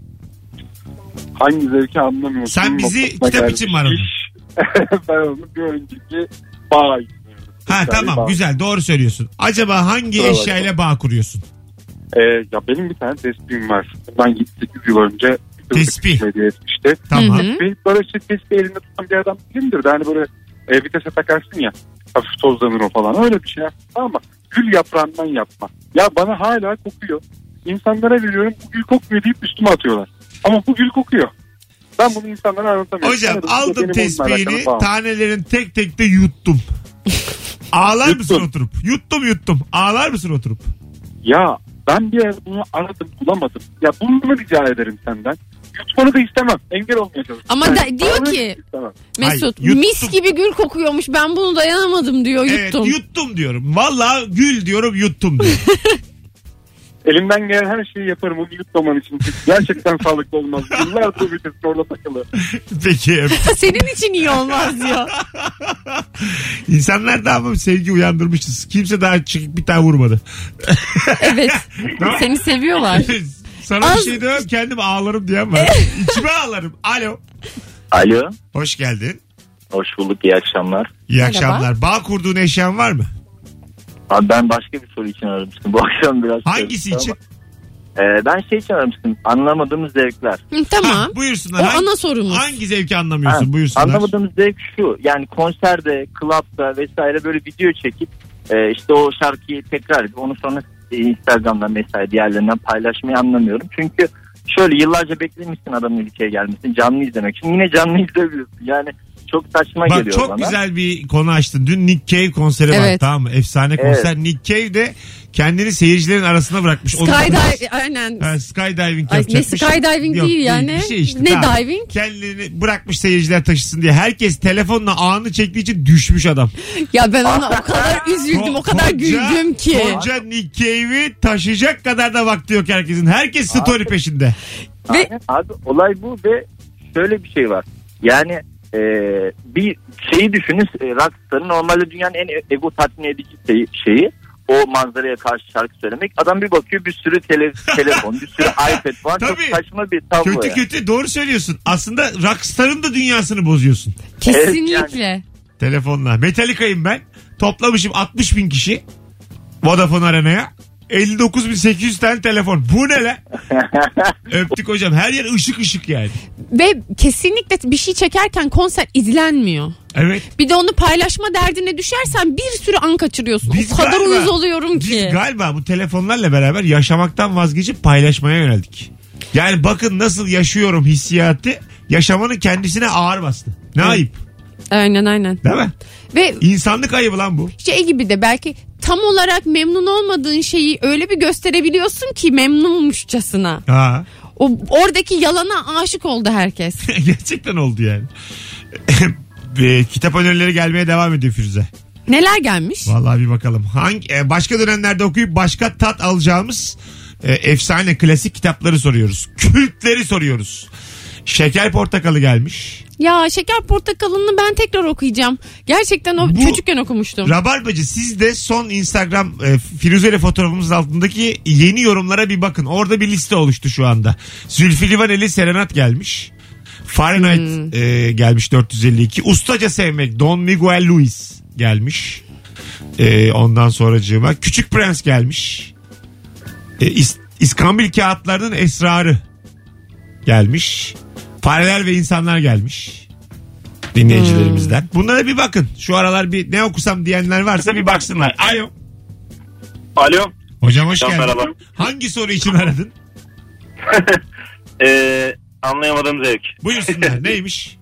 [SPEAKER 8] Hangi zevki anlamıyorsun?
[SPEAKER 2] Sen bizi kitap için mi aradın?
[SPEAKER 8] Ben onu bir önceki bağ.
[SPEAKER 2] Ha tamam güzel doğru söylüyorsun. Acaba hangi eşyayla bağ kuruyorsun?
[SPEAKER 8] Ya benim bir tane tespihim var. Ben 8 yıl önce
[SPEAKER 2] tespih
[SPEAKER 8] hediye etmişti.
[SPEAKER 2] Tamam.
[SPEAKER 8] Böyle tespih elinde tutan bir adam değilimdir. Yani böyle vitese takarsın ya. Hafif tozlanır o falan. Öyle bir şey yapma ama gül yaprağından yapma. Ya bana hala kokuyor. İnsanlara veriyorum bu gül kokmuyor deyip üstüme atıyorlar. Ama bu gül kokuyor. Ben bunu insanlara anlatamıyorum.
[SPEAKER 2] Hocam
[SPEAKER 8] yani
[SPEAKER 2] aldım tespihini tanelerin tek tek de yuttum. Ağlar mısın oturup? Yuttum. Ağlar mısın oturup?
[SPEAKER 8] Ya ben bir yer bunu aradım bulamadım. Ya bunu rica ederim senden. Yutmanı da istemem. Engel olmaya çalışıyorum.
[SPEAKER 3] Ama
[SPEAKER 8] yani,
[SPEAKER 3] diyor ki Mesut
[SPEAKER 2] hayır,
[SPEAKER 3] mis gibi gül kokuyormuş ben bunu dayanamadım diyor yuttum.
[SPEAKER 2] Evet yuttum diyorum. Valla gül diyorum yuttum diyorum.
[SPEAKER 8] Elimden gelen her şeyi yaparım onu yutmaman için. Gerçekten sağlıklı olmaz. Yıllardır vitesin orada takılı.
[SPEAKER 2] Peki.
[SPEAKER 3] Senin için iyi olmaz diyor.
[SPEAKER 2] İnsanlar da ama sevgi uyandırmışız. Kimse daha çıkıp bir tane vurmadı.
[SPEAKER 3] Evet. Seni seviyorlar.
[SPEAKER 2] Sana bir şey demem kendim ağlarım diyen var. İçime ağlarım. Alo.
[SPEAKER 5] Alo.
[SPEAKER 2] Hoş geldin.
[SPEAKER 5] Hoş bulduk iyi akşamlar.
[SPEAKER 2] İyi akşamlar. Bağ kurduğun eşyan var mı?
[SPEAKER 5] Abi ben başka bir soru için aramıştım. Bu akşam biraz.
[SPEAKER 2] Hangisi için?
[SPEAKER 5] Ben şey için aramıştım. Anlamadığımız zevkler.
[SPEAKER 3] Tamam.
[SPEAKER 2] Ha, buyursunlar.
[SPEAKER 3] O ana sorumuz.
[SPEAKER 2] Hangi zevki anlamıyorsun? Buyursunlar.
[SPEAKER 5] Anlamadığımız zevk şu. Yani konserde, klapta vesaire böyle video çekip işte o şarkıyı tekrar edip onu sonra Instagram'dan vesaire diğerlerinden paylaşmayı anlamıyorum. Çünkü şöyle yıllarca beklemişsin adamın ülkeye gelmesini canlı izlemek için. Yine canlı izlemiyorsun. Yani çok saçma geliyor bana.
[SPEAKER 2] Bak çok güzel bir konu açtın. Dün Nick Cave konseri var tamam mı? Efsane konser. Nick Cave de kendini seyircilerin arasına bırakmış.
[SPEAKER 3] Aynen.
[SPEAKER 2] Skydiving
[SPEAKER 3] Ay,
[SPEAKER 2] yapacakmış.
[SPEAKER 3] Ne skydiving
[SPEAKER 2] Yok,
[SPEAKER 3] değil yani.
[SPEAKER 2] Bir şey işte,
[SPEAKER 3] ne
[SPEAKER 2] tamam.
[SPEAKER 3] diving?
[SPEAKER 2] Kendini bırakmış seyirciler taşısın diye. Herkes telefonla anı çektiği için düşmüş adam.
[SPEAKER 3] Ya ben ona o kadar üzüldüm, o kadar güldüm ki.
[SPEAKER 2] Koca Nick Cave'i taşıyacak kadar da vakti yok herkesin. Herkes story peşinde.
[SPEAKER 5] Abi olay bu ve şöyle bir şey var. Yani bir şeyi düşünün, rockstar'ın normalde dünyanın en ego tatmin edici şeyi o manzaraya karşı şarkı söylemek. Adam bir bakıyor bir sürü telefon, bir sürü iPad falan. Çok saçma bir tablo.
[SPEAKER 2] Kötü doğru söylüyorsun. Aslında rockstar'ın da dünyasını bozuyorsun.
[SPEAKER 3] Kesinlikle.
[SPEAKER 5] Evet, yani.
[SPEAKER 2] Telefonla. Metallica'yım ben. Toplamışım 60.000 kişi Vodafone Arena'ya. 59.800 tane telefon. Bu ne lan? Öptük hocam. Her yer ışık yani.
[SPEAKER 3] Ve kesinlikle bir şey çekerken konser izlenmiyor.
[SPEAKER 2] Evet.
[SPEAKER 3] Bir de onu paylaşma derdine düşersen bir sürü an kaçırıyorsun. O kadar uyuz oluyorum ki.
[SPEAKER 2] Biz galiba bu telefonlarla beraber yaşamaktan vazgeçip paylaşmaya yöneldik. Yani bakın nasıl yaşıyorum hissiyatı yaşamanın kendisine ağır bastı. Ne ayıp.
[SPEAKER 3] Aynen.
[SPEAKER 2] Değil mi?
[SPEAKER 3] Ve
[SPEAKER 2] İnsanlık ayıbı lan bu.
[SPEAKER 3] şey gibi de belki tam olarak memnun olmadığın şeyi öyle bir gösterebiliyorsun ki memnunmuşçasına.
[SPEAKER 2] Ha.
[SPEAKER 3] Oradaki yalana aşık oldu herkes.
[SPEAKER 2] Gerçekten oldu yani. Kitap önerileri gelmeye devam ediyor Firuze.
[SPEAKER 3] Neler gelmiş?
[SPEAKER 2] Vallahi bir bakalım. Başka dönemlerde okuyup başka tat alacağımız efsane klasik kitapları soruyoruz. Kültleri soruyoruz. Şeker Portakalı gelmiş.
[SPEAKER 3] Ya Şeker Portakalı'nı ben tekrar okuyacağım. Gerçekten
[SPEAKER 2] Bu-
[SPEAKER 3] çocukken okumuştum.
[SPEAKER 2] Rabarbacı siz de son Instagram Firuze ile fotoğrafımızın altındaki yeni yorumlara bir bakın. Orada bir liste oluştu şu anda. Zülfü Livaneli Serenat gelmiş. Fahrenheit gelmiş 452. Ustaca Sevmek Don Miguel Luis gelmiş. Ondan sonracığıma Küçük Prens gelmiş. İskambil Kağıtlarının Esrarı gelmiş. Fareler ve insanlar gelmiş. Dinleyicilerimizden. Bunlara bir bakın. Şu aralar bir ne okusam diyenler varsa bir baksınlar. Alo.
[SPEAKER 4] Alo.
[SPEAKER 2] Hocam hoş geldin.
[SPEAKER 4] Merhaba.
[SPEAKER 2] Hangi soru için aradın?
[SPEAKER 4] Anlayamadığım zevk.
[SPEAKER 2] Buyursunlar. Neymiş?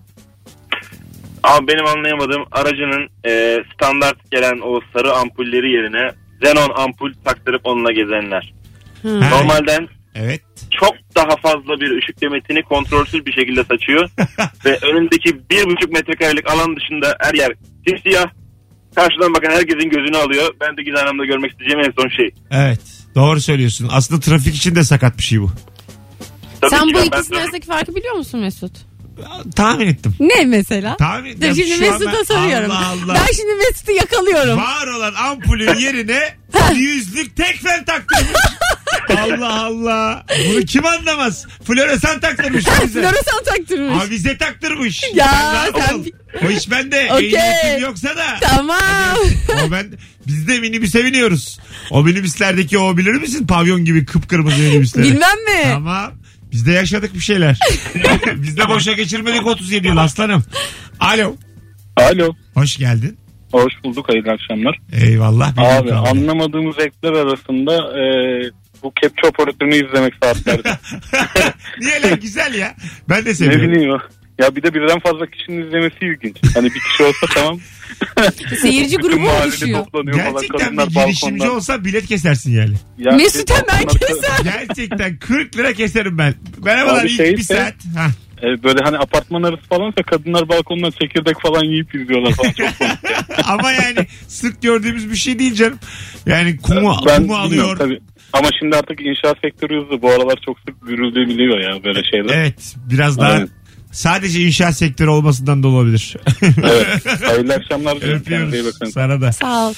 [SPEAKER 4] Ama benim anlayamadığım aracının standart gelen o sarı ampulleri yerine xenon ampul taktırıp onunla gezenler.
[SPEAKER 2] Ha,
[SPEAKER 4] Normalden
[SPEAKER 2] evet.
[SPEAKER 4] çok daha fazla bir ışık demetini kontrolsüz bir şekilde saçıyor. Ve önündeki 1,5 metrekarelik alan dışında her yer simsiyah. Karşıdan bakan herkesin gözünü alıyor. Ben de giden anlamda görmek isteyeceğim en son şey.
[SPEAKER 2] Evet. Doğru söylüyorsun. Aslında trafik için de sakat bir şey bu.
[SPEAKER 4] Tabii
[SPEAKER 3] Sen
[SPEAKER 4] ki
[SPEAKER 3] bu
[SPEAKER 4] ben
[SPEAKER 3] ikisinin arasındaki farkı biliyor musun Mesut?
[SPEAKER 2] Tahmin ettim.
[SPEAKER 3] Ne mesela?
[SPEAKER 2] Tahmin ettim.
[SPEAKER 3] Dur şimdi
[SPEAKER 2] Şu an
[SPEAKER 3] Mesut'a
[SPEAKER 2] ben-
[SPEAKER 3] soruyorum.
[SPEAKER 2] Allah Allah.
[SPEAKER 3] Ben şimdi Mesut'u yakalıyorum.
[SPEAKER 2] Var olan ampulün yerine yüzlük tekfen taktırmış. Allah Allah. Bunu kim anlamaz? Floresan taktırmış bize.
[SPEAKER 3] Floresan taktırmış.
[SPEAKER 2] Avize taktırmış.
[SPEAKER 3] Ya
[SPEAKER 2] Sen
[SPEAKER 3] sen...
[SPEAKER 2] ol. O iş bende.
[SPEAKER 3] Okey.
[SPEAKER 2] Ehliyetim yoksa da.
[SPEAKER 3] Tamam.
[SPEAKER 2] O biz de minibüse biniyoruz. O minibüslerdeki o bilir misin? Pavyon gibi kıpkırmızı minibüsleri.
[SPEAKER 3] Bilmem mi?
[SPEAKER 2] Tamam. Biz de yaşadık bir şeyler. Biz de boşa geçirmedik 37 yıl aslanım. Alo.
[SPEAKER 8] Alo.
[SPEAKER 2] Hoş geldin.
[SPEAKER 8] Hoş bulduk, hayırlı akşamlar.
[SPEAKER 2] Eyvallah.
[SPEAKER 8] Abi anlamadığımız zevkler arasında bu kepçe operatörünü izlemek saatlerde.
[SPEAKER 2] Niye lan güzel ya. Ben de
[SPEAKER 8] Ne
[SPEAKER 2] seviyorum.
[SPEAKER 8] bileyim ya. Ya bir de birden fazla kişinin izlemesi ilginç. Hani bir kişi olsa tamam.
[SPEAKER 3] Seyirci
[SPEAKER 8] Bütün
[SPEAKER 3] grubu
[SPEAKER 8] mahallede
[SPEAKER 3] oluşuyor.
[SPEAKER 8] toplanıyor falan,
[SPEAKER 2] Gerçekten
[SPEAKER 8] kadınlar
[SPEAKER 2] bir girişimci
[SPEAKER 8] balkondan.
[SPEAKER 2] olsa bilet kesersin yani.
[SPEAKER 8] Ya
[SPEAKER 3] Mesut hemen keser.
[SPEAKER 2] Gerçekten 40 lira keserim ben. Merhabalar
[SPEAKER 8] Abi
[SPEAKER 2] ilk
[SPEAKER 8] şey
[SPEAKER 2] bir
[SPEAKER 8] ise-
[SPEAKER 2] saat. Hah.
[SPEAKER 8] Böyle hani apartman arası falansa kadınlar balkondan çekirdek falan yiyip izliyorlar falan. Çok komik ya.
[SPEAKER 2] Ama yani sık gördüğümüz bir şey değil canım. Yani kumu
[SPEAKER 8] bilmiyorum
[SPEAKER 2] alıyor.
[SPEAKER 8] tabii. Ama şimdi artık inşaat sektörü hızlı. Bu aralar çok sık görülebiliyor ya böyle şeyler.
[SPEAKER 2] Evet biraz daha
[SPEAKER 8] Aynen.
[SPEAKER 2] sadece inşaat sektörü olmasından da olabilir.
[SPEAKER 8] Evet. Hayırlı akşamlar. Kendinize iyi
[SPEAKER 2] Öpüyoruz.
[SPEAKER 8] bakın.
[SPEAKER 2] Sana da.
[SPEAKER 3] Sağ ol.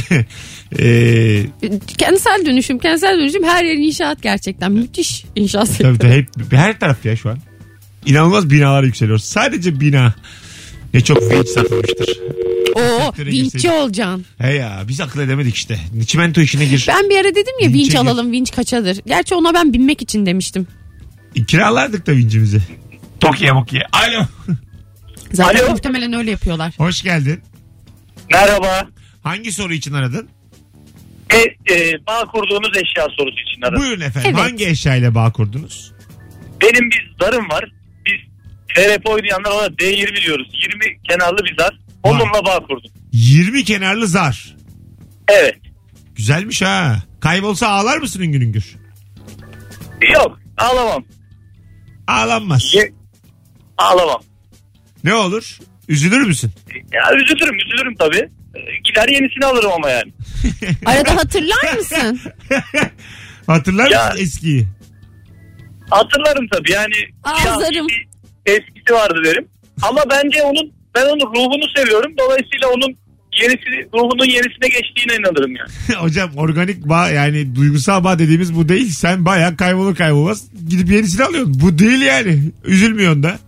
[SPEAKER 2] Ee,
[SPEAKER 3] Kentsel dönüşüm her yer inşaat gerçekten. Müthiş inşaat
[SPEAKER 2] tabii
[SPEAKER 3] sektörü.
[SPEAKER 2] tabii her taraf ya şu an. İnanılmaz binalar yükseliyor. Sadece bina. Ne çok vinç satılmıştır.
[SPEAKER 3] Oo,
[SPEAKER 2] Sektöre
[SPEAKER 3] vinççi
[SPEAKER 2] girseydin.
[SPEAKER 3] olacaksın.
[SPEAKER 2] He ya biz akıl edemedik işte. Çimento işine gir.
[SPEAKER 3] Ben bir ara dedim ya
[SPEAKER 2] Vinç'e
[SPEAKER 3] vinç
[SPEAKER 2] gir.
[SPEAKER 3] alalım, vinç kaçadır. Gerçi ona ben binmek için demiştim.
[SPEAKER 2] Kiralardık da vincimizi. Tokiye mokiye. Alo.
[SPEAKER 3] Zaten
[SPEAKER 4] Alo.
[SPEAKER 3] muhtemelen öyle yapıyorlar.
[SPEAKER 2] Hoş geldin.
[SPEAKER 4] Merhaba.
[SPEAKER 2] Hangi soru için aradın?
[SPEAKER 4] Bağ kurduğumuz eşya sorusu için aradım.
[SPEAKER 2] Buyurun efendim.
[SPEAKER 3] Evet.
[SPEAKER 2] Hangi eşyayla bağ kurdunuz?
[SPEAKER 4] Benim bir zarım var. Biz TRP oynayanlar ona D20 diyoruz. 20 kenarlı bir zar. Onunla bağ kurdum.
[SPEAKER 2] 20 kenarlı zar.
[SPEAKER 4] Evet.
[SPEAKER 2] Güzelmiş ha. Kaybolsa ağlar mısın üngür üngür?
[SPEAKER 4] Yok, ağlamam.
[SPEAKER 2] Ağlanmaz.
[SPEAKER 4] Ağlamam.
[SPEAKER 2] Ne olur? Üzülür müsün?
[SPEAKER 4] Ya üzülürüm tabii. Gider yenisini alırım ama yani.
[SPEAKER 3] Arada hatırlar mısın?
[SPEAKER 2] Hatırlar
[SPEAKER 4] Ya.
[SPEAKER 2] mısın eskiyi?
[SPEAKER 4] Hatırlarım tabii yani.
[SPEAKER 3] Ağlarım.
[SPEAKER 4] Bir eskisi vardı derim. Ama bence ben onun ruhunu seviyorum. Dolayısıyla onun ruhunun yenisine geçtiğine inanırım yani.
[SPEAKER 2] Hocam organik bağ yani duygusal bağ dediğimiz bu değil. Sen bayağı kaybolur kaybolmaz gidip yenisini alıyorsun. Bu değil yani. Üzülmüyorsun da.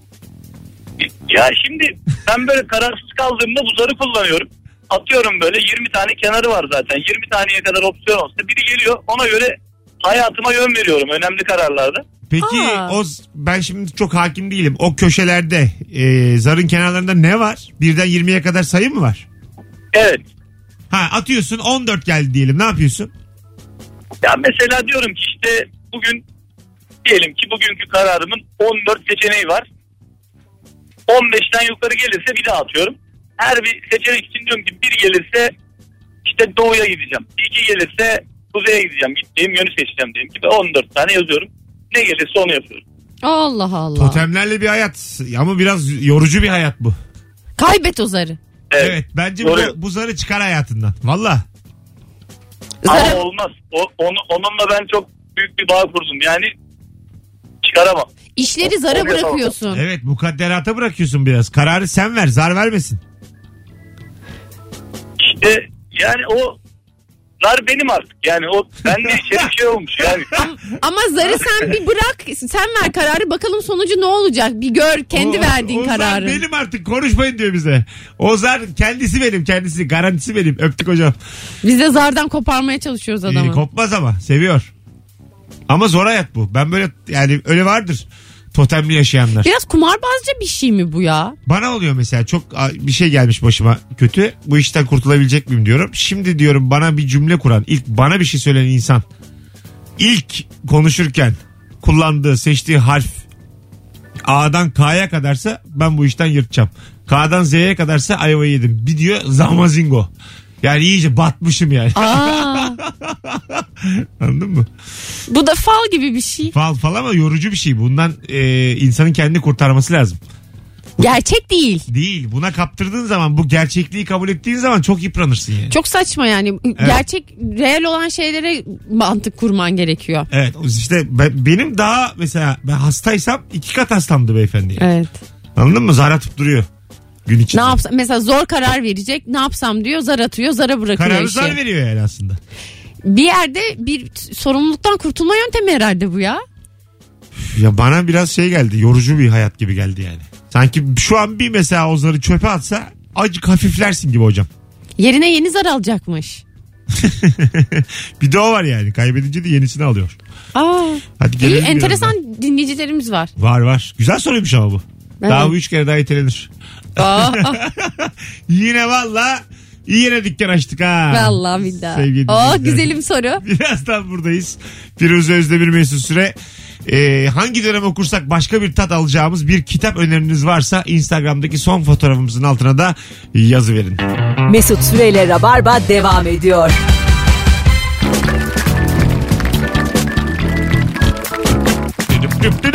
[SPEAKER 4] Ya şimdi ben böyle kararsız kaldığımda bu zarı kullanıyorum. Atıyorum böyle 20 tane kenarı var zaten. 20 taneye kadar opsiyon olsa biri geliyor. Ona göre hayatıma yön veriyorum önemli kararlarda.
[SPEAKER 2] Peki
[SPEAKER 3] Aa.
[SPEAKER 2] ben şimdi çok hakim değilim. O köşelerde zarın kenarlarında ne var? Birden 20'ye kadar sayı mı var?
[SPEAKER 4] Evet.
[SPEAKER 2] Ha atıyorsun 14 geldi diyelim. Ne yapıyorsun?
[SPEAKER 4] Ya mesela diyorum ki işte bugün Diyelim ki bugünkü kararımın 14 seçeneği var. 15'ten yukarı gelirse bir daha atıyorum. Her bir seçenek için diyorum ki bir gelirse işte doğuya gideceğim. 2 gelirse kuzeye gideceğim. Gittiğim yönü seçeceğim diyelim ki 14 tane yazıyorum. Ne gelirse onu yapıyorum.
[SPEAKER 3] Allah Allah.
[SPEAKER 2] Totemlerle bir hayat ama biraz yorucu bir hayat bu.
[SPEAKER 3] Kaybet o zarı.
[SPEAKER 2] Evet bence bu zarı çıkar hayatından. Valla.
[SPEAKER 4] Ama olmaz. Onunla ben çok büyük bir bağ kurdum. Yani çıkaramam.
[SPEAKER 3] İşleri zara bırakıyorsun.
[SPEAKER 2] Evet mukadderata bırakıyorsun biraz. Kararı sen ver, zar vermesin.
[SPEAKER 4] İşte yani o zar benim artık. Yani o bende içeri bir şey olmuş yani.
[SPEAKER 3] Ama zarı sen bir bırak, sen ver kararı, bakalım sonucu ne olacak? Bir gör kendi verdiğin kararı.
[SPEAKER 2] O zar benim artık, konuşmayın diyor bize. O zar kendisi benim, kendisi, garantisi benim. Öptük hocam.
[SPEAKER 3] Biz de zardan koparmaya çalışıyoruz adamı.
[SPEAKER 2] Kopmaz ama seviyor. Ama zor hayat bu. Ben böyle, yani öyle vardır totemli yaşayanlar.
[SPEAKER 3] Biraz kumarbazca bir şey mi bu ya?
[SPEAKER 2] Bana oluyor mesela, çok bir şey gelmiş başıma kötü. Bu işten kurtulabilecek miyim diyorum. Şimdi diyorum bana bir cümle kuran, ilk bana bir şey söyleyen insan ilk konuşurken kullandığı, seçtiği harf A'dan K'ya kadarsa ben bu işten yırtacağım. K'dan Z'ye kadarsa ayvayı yedim. Bir diyor zamazingo. Yani iyice batmışım yani. Anladın mı?
[SPEAKER 3] Bu da fal gibi bir şey.
[SPEAKER 2] Fal ama yorucu bir şey. Bundan insanın kendini kurtarması lazım.
[SPEAKER 3] Gerçek değil.
[SPEAKER 2] Değil. Buna kaptırdığın zaman, bu gerçekliği kabul ettiğin zaman çok yıpranırsın yani.
[SPEAKER 3] Çok saçma yani. Evet. Gerçek, reel olan şeylere mantık kurman gerekiyor.
[SPEAKER 2] Evet. İşte benim daha mesela ben hastaysam 2 kat hastamdı beyefendi. Yani.
[SPEAKER 3] Evet.
[SPEAKER 2] Anladın mı? Zar atıp duruyor. Gün içinde.
[SPEAKER 3] Ne yapsam? Mesela zor karar verecek. Ne yapsam diyor. Zar atıyor. Zara bırakıyor
[SPEAKER 2] kararı
[SPEAKER 3] işi.
[SPEAKER 2] Zar veriyor yani aslında.
[SPEAKER 3] Bir yerde bir sorumluluktan kurtulma yöntemi herhalde bu ya.
[SPEAKER 2] Ya bana biraz şey geldi. Yorucu bir hayat gibi geldi yani. Sanki şu an bir mesela o zarı çöpe atsa acık hafiflersin gibi hocam.
[SPEAKER 3] Yerine yeni zar alacakmış.
[SPEAKER 2] Bir de o var yani. Kaybedince de yenisini alıyor. Hadi
[SPEAKER 3] İyi, enteresan dinleyicilerimiz var.
[SPEAKER 2] Var. Güzel soruymuş ama bu. Evet. Daha bu 3 kere daha itelenir. Yine valla yine dükkan açtık ha.
[SPEAKER 3] Vallahi billahi. Güzelim soru.
[SPEAKER 2] Birazdan buradayız. Firuze Özdemir, Mesut Süre. Hangi dönem okursak başka bir tat alacağımız bir kitap öneriniz varsa Instagram'daki son fotoğrafımızın altına da yazıverin.
[SPEAKER 1] Mesut Süre ile Rabarba devam ediyor.
[SPEAKER 2] Düp.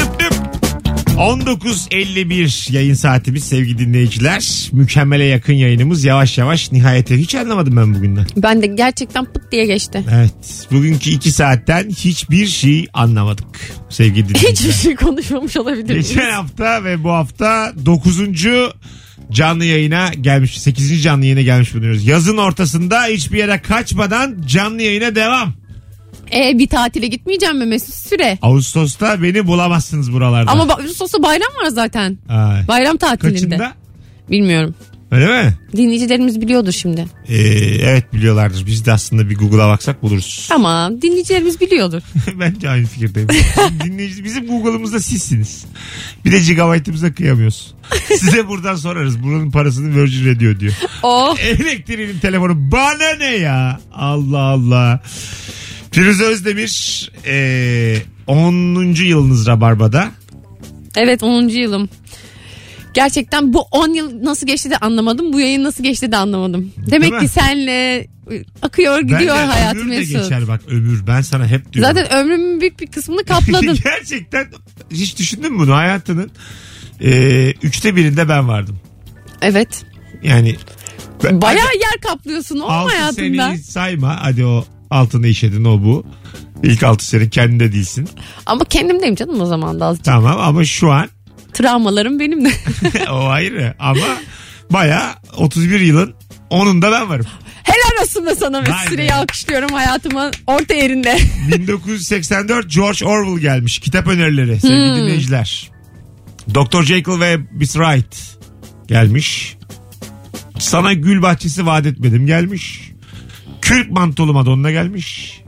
[SPEAKER 2] 19.51 yayın saatimiz sevgili dinleyiciler. Mükemmele yakın yayınımız yavaş yavaş nihayete. Hiç anlamadım ben bugünden.
[SPEAKER 3] Ben de gerçekten pıt diye geçti.
[SPEAKER 2] Evet. Bugünkü 2 saatten hiçbir şey anlamadık sevgili dinleyiciler.
[SPEAKER 3] Hiçbir şey konuşmamış olabiliriz.
[SPEAKER 2] Geçen hafta ve bu hafta 9. canlı yayına gelmiş. 8. canlı yayına gelmiş bulunuyoruz. Yazın ortasında hiçbir yere kaçmadan canlı yayına devam.
[SPEAKER 3] Bir tatile gitmeyeceğim mi Mesut Süre?
[SPEAKER 2] Ağustos'ta beni bulamazsınız buralarda.
[SPEAKER 3] Ama Ağustos'ta bayram var zaten.
[SPEAKER 2] Ay.
[SPEAKER 3] Bayram tatilinde.
[SPEAKER 2] Kaçında?
[SPEAKER 3] Bilmiyorum.
[SPEAKER 2] Öyle mi?
[SPEAKER 3] Dinleyicilerimiz biliyordur şimdi.
[SPEAKER 2] Evet biliyorlardır. Biz de aslında bir Google'a baksak buluruz.
[SPEAKER 3] Ama dinleyicilerimiz biliyordur.
[SPEAKER 2] Bence aynı fikirdeyim. Bizim Google'ımızda sizsiniz. Bir de gigabaytımıza kıyamıyoruz. Size buradan sorarız. Buranın parasını Virgin Radio diyor. Elektriğinin telefonu bana ne ya? Allah Allah. Firuze Özdemir 10. yılınız Rabarba'da.
[SPEAKER 3] Evet 10. yılım. Gerçekten bu 10 yıl nasıl geçti de anlamadım. Bu yayın nasıl geçti de anlamadım. Demek ki senle akıyor gidiyor hayatım
[SPEAKER 2] Ömür de
[SPEAKER 3] Mesut.
[SPEAKER 2] geçer bak, ömür. Ben sana hep diyorum.
[SPEAKER 3] Zaten ömrümün büyük bir kısmını kapladın.
[SPEAKER 2] Gerçekten hiç düşündün mü bunu? Hayatının 3'te 1'inde ben vardım.
[SPEAKER 3] Evet.
[SPEAKER 2] Yani
[SPEAKER 3] bayağı yer kaplıyorsun o hayatında.
[SPEAKER 2] 6 seneyi sayma. Hadi o altını işedin, o bu. İlk 6 sene kendinde değilsin.
[SPEAKER 3] Ama kendimdeyim canım o zaman da azıcık.
[SPEAKER 2] Tamam ama şu an.
[SPEAKER 3] Travmalarım benim de.
[SPEAKER 2] O ayrı ama bayağı 31 yılın 10'unda ben varım.
[SPEAKER 3] Helal olsun be sana ve Süreyi alkışlıyorum hayatımın orta yerinde.
[SPEAKER 2] 1984 George Orwell gelmiş. Kitap önerileri sevgili dinleyiciler. Dr. Jekyll ve Mr. Hyde gelmiş. Sana gül bahçesi vaat etmedim gelmiş. Kürk mantolu Madonna gelmiş.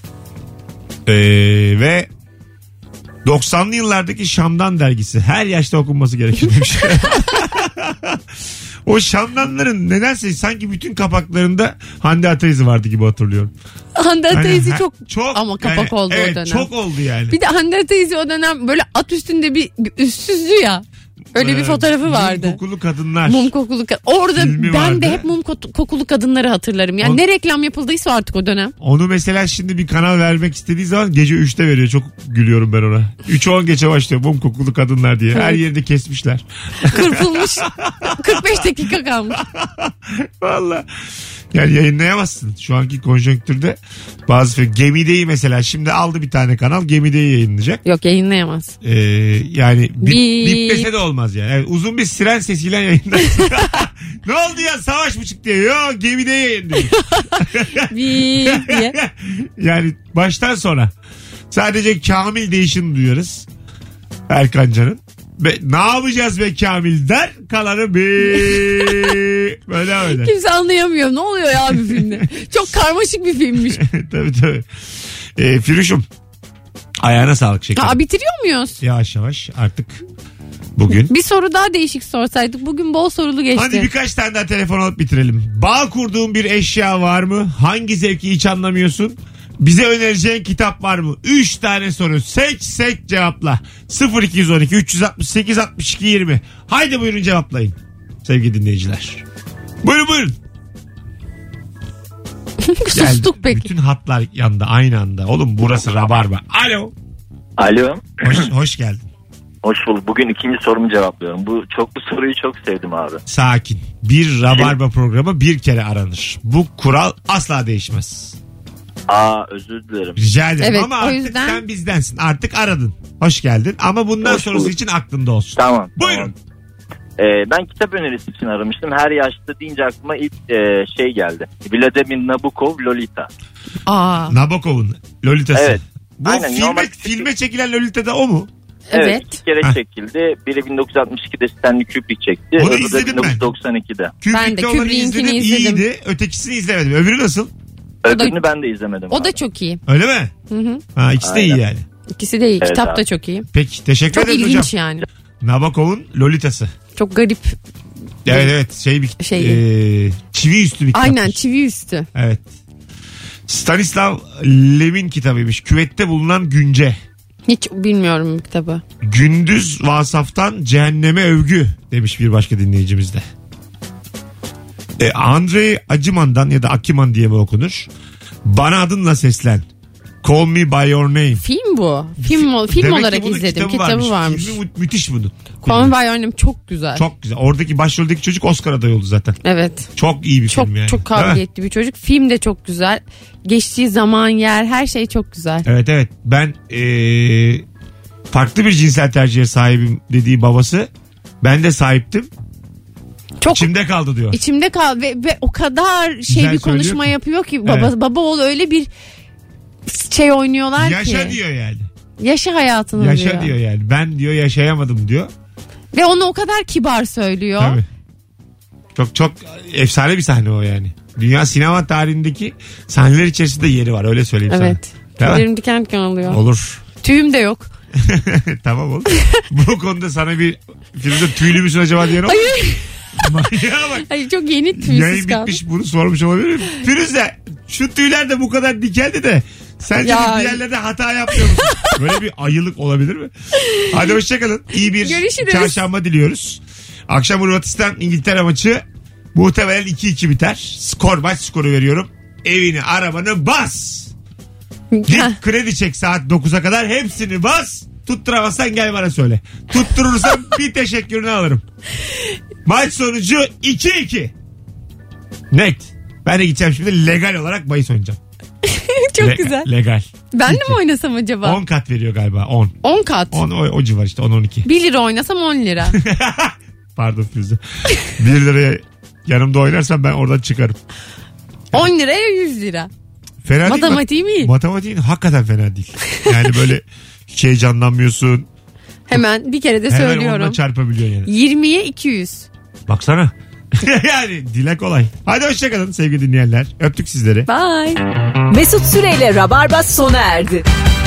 [SPEAKER 2] Ve 90'lı yıllardaki Şam'dan dergisi her yaşta okunması gerekirmiş. O şamdanların nedense sanki bütün kapaklarında Hande Ataizi vardı gibi hatırlıyorum.
[SPEAKER 3] Hande Ataizi
[SPEAKER 2] Hani,
[SPEAKER 3] çok ama kapak
[SPEAKER 2] yani,
[SPEAKER 3] oldu
[SPEAKER 2] evet,
[SPEAKER 3] o dönem.
[SPEAKER 2] çok oldu yani.
[SPEAKER 3] Bir de Hande Ataizi o dönem böyle at üstünde bir üstsüzdü ya. Öyle bir fotoğrafı vardı.
[SPEAKER 2] Mum kokulu kadınlar.
[SPEAKER 3] Mum kokulu orada
[SPEAKER 2] Filmi
[SPEAKER 3] ben
[SPEAKER 2] vardı.
[SPEAKER 3] de hep mum kokulu kadınları hatırlarım. Yani ne reklam yapıldıysa artık o dönem.
[SPEAKER 2] Onu mesela şimdi bir kanal vermek istediği zaman gece 3'te veriyor. Çok gülüyorum ben ona. 3-10 geçe başlıyor mum kokulu kadınlar diye. Her yerde kesmişler.
[SPEAKER 3] Kırpılmış. 45 dakika kalmış.
[SPEAKER 2] Valla. Yani yayınlayamazsın. Şu anki konjonktürde bazı film. Gemide'yi mesela şimdi aldı bir tane kanal. Gemide'yi yayınlayacak.
[SPEAKER 3] Yok yayınlayamaz.
[SPEAKER 2] Yani biplese de olmaz yani. Evet, uzun bir siren sesiyle yayınlarsın. Ne oldu ya savaş mı çıktı? Yok Gemide'yi yayınlıyor.
[SPEAKER 3] diye.
[SPEAKER 2] Yani baştan sona sadece Kamil değişini duyuyoruz. Erkan Can'ın. Ne yapacağız be Kamil der kalanı böyle öyle.
[SPEAKER 3] Kimse anlayamıyor. Ne oluyor ya bir filmde? Çok karmaşık bir filmmiş.
[SPEAKER 2] tabii. Firuş'um ayağına sağlık şekerim.
[SPEAKER 3] Bitiriyor muyuz?
[SPEAKER 2] Yavaş yavaş artık bugün.
[SPEAKER 3] Bir soru daha değişik sorsaydık. Bugün bol sorulu geçti.
[SPEAKER 2] Hadi birkaç tane daha telefon alıp bitirelim. Bağ kurduğun bir eşya var mı? Hangi zevki hiç anlamıyorsun? Bize önereceğin kitap var mı? 3 tane soru. Seç cevapla. 0212 368 62 20. Haydi buyurun cevaplayın. Sevgili dinleyiciler. Buyurun.
[SPEAKER 3] Sustuk peki.
[SPEAKER 2] Bütün hatlar yandı aynı anda. Oğlum burası Rabarba. Alo.
[SPEAKER 9] Alo.
[SPEAKER 2] Hoş geldin.
[SPEAKER 9] Hoş bulduk. Bugün ikinci sorumu cevaplıyorum. Bu soruyu çok sevdim abi.
[SPEAKER 2] Sakin. Bir Rabarba programı bir kere aranır. Bu kural asla değişmez.
[SPEAKER 9] Özür dilerim.
[SPEAKER 2] Rica ederim
[SPEAKER 3] evet,
[SPEAKER 2] ama artık sen bizdensin. Artık aradın. Hoş geldin. Ama bundan sonrası için aklında olsun.
[SPEAKER 9] Tamam.
[SPEAKER 2] Buyurun.
[SPEAKER 9] Ben kitap önerisi için aramıştım. Her yaşta deyince aklıma ilk şey geldi. Vladimir Nabokov Lolita.
[SPEAKER 2] Nabokov'un Lolita'sı.
[SPEAKER 9] Evet.
[SPEAKER 2] Bu
[SPEAKER 9] aynen,
[SPEAKER 2] filme çekilen Lolita da o mu?
[SPEAKER 9] Evet. 2 kere çekildi. Biri 1962'de Stanley Kubrick çekti.
[SPEAKER 2] Onu
[SPEAKER 9] öbürü
[SPEAKER 2] izledim ben.
[SPEAKER 9] 1992'de.
[SPEAKER 3] Ben de Kubrick'inkini izledim.
[SPEAKER 2] İyiydi. Ötekisini izlemedim. Öbürü nasıl?
[SPEAKER 9] Öbürünü ben de izlemedim.
[SPEAKER 3] O da çok iyi.
[SPEAKER 2] Öyle mi?
[SPEAKER 3] Hı.
[SPEAKER 2] İkisi de iyi yani.
[SPEAKER 3] İkisi de iyi.
[SPEAKER 9] Evet,
[SPEAKER 3] Kitap
[SPEAKER 9] abi.
[SPEAKER 3] da çok iyi.
[SPEAKER 2] Peki teşekkür
[SPEAKER 3] Çok
[SPEAKER 2] ederim
[SPEAKER 3] ilginç
[SPEAKER 2] hocam.
[SPEAKER 3] yani.
[SPEAKER 2] Nabokov'un Lolita'sı.
[SPEAKER 3] Çok garip.
[SPEAKER 2] Evet çivi üstü bir kitap.
[SPEAKER 3] Aynen çivi üstü.
[SPEAKER 2] Evet. Stanislav Lem'in kitabıymış. Küvette bulunan günce.
[SPEAKER 3] Hiç bilmiyorum bu kitabı.
[SPEAKER 2] Gündüz vasaftan cehenneme övgü demiş bir başka dinleyicimiz de. Andrei Acıman'dan ya da Akiman diye mi okunur? Bana adınla seslen. Call me by your name.
[SPEAKER 3] Film bu. Film olarak izledim. Kitabı varmış.
[SPEAKER 2] Filmi müthiş bunun.
[SPEAKER 3] Call me by your name çok güzel.
[SPEAKER 2] Çok güzel. Oradaki başroldeki çocuk Oscar adayı oldu zaten.
[SPEAKER 3] Evet.
[SPEAKER 2] Çok iyi bir film yani.
[SPEAKER 3] Çok kabiliyetli bir çocuk. Film de çok güzel. Geçtiği zaman, yer, her şey çok güzel.
[SPEAKER 2] Evet. Ben farklı bir cinsel tercihe sahibim dediği babası. Ben de sahiptim.
[SPEAKER 3] Çok
[SPEAKER 2] İçimde kaldı diyor.
[SPEAKER 3] İçimde kaldı ve o kadar
[SPEAKER 2] Güzel
[SPEAKER 3] bir konuşma yapıyor ki baba oğul öyle bir şey oynuyorlar
[SPEAKER 2] Yaşa
[SPEAKER 3] ki.
[SPEAKER 2] Yaşa diyor yani.
[SPEAKER 3] Yaşa hayatını
[SPEAKER 2] Yaşa diyor yani. Ben diyor yaşayamadım diyor.
[SPEAKER 3] Ve onu o kadar kibar söylüyor.
[SPEAKER 2] Tabii. Çok efsane bir sahne o yani. Dünya sinema tarihindeki sahneler içerisinde yeri var öyle söyleyeyim sana.
[SPEAKER 3] Evet. Tüylerim diken diken oluyor.
[SPEAKER 2] Olur.
[SPEAKER 3] Tüyüm de yok.
[SPEAKER 2] Tamam oğlum. Bu konuda sana bir Firuze tüylü müsün acaba diyen oldu.
[SPEAKER 3] Hayır.
[SPEAKER 2] Bak.
[SPEAKER 3] Hayır çok yeni tüysüz
[SPEAKER 2] Yayın
[SPEAKER 3] kaldı.
[SPEAKER 2] bitmiş bunu sormuş olabilir miyim? Firuze şu tüyler de bu kadar dikeldi de sence bir yerlerde hata yapmıyor musun? Böyle bir ayılık olabilir mi? Hadi hoşçakalın. İyi bir çarşamba diliyoruz. Akşam Hırvatistan İngiltere maçı muhtemelen 2-2 biter. Maç skoru veriyorum. Evini arabanı bas. Git kredi çek saat 9'a kadar hepsini bas. Tutturamazsan gel bana söyle. Tutturursan bir teşekkürünü alırım. Maç sonucu 2-2. Net. Ben de gideceğim şimdi legal olarak bahis oynayacağım.
[SPEAKER 3] Çok güzel.
[SPEAKER 2] Legal.
[SPEAKER 3] Ben de mi oynasam acaba?
[SPEAKER 2] 10 kat veriyor galiba 10.
[SPEAKER 3] 10 kat.
[SPEAKER 2] 10 o civar işte 10-12.
[SPEAKER 3] 1 lira oynasam 10 lira.
[SPEAKER 2] Pardon Firuze. 1 liraya yanımda oynarsam ben oradan çıkarım.
[SPEAKER 3] 10 liraya 100 lira.
[SPEAKER 2] Fena
[SPEAKER 3] matematiğim
[SPEAKER 2] değil.
[SPEAKER 3] iyi.
[SPEAKER 2] Matematiğin hakikaten fena değil. Yani böyle hiç heyecanlanmıyorsun.
[SPEAKER 3] Hemen bir kere de
[SPEAKER 2] hemen
[SPEAKER 3] söylüyorum.
[SPEAKER 2] Hemen onunla çarpabiliyorsun yani.
[SPEAKER 3] 20'ye 200.
[SPEAKER 2] Baksana. Yani dile kolay. Hadi hoşçakalın sevgili dinleyenler. Öptük sizleri.
[SPEAKER 3] Bye.
[SPEAKER 1] Mesut Süreyle Rabarba sona erdi.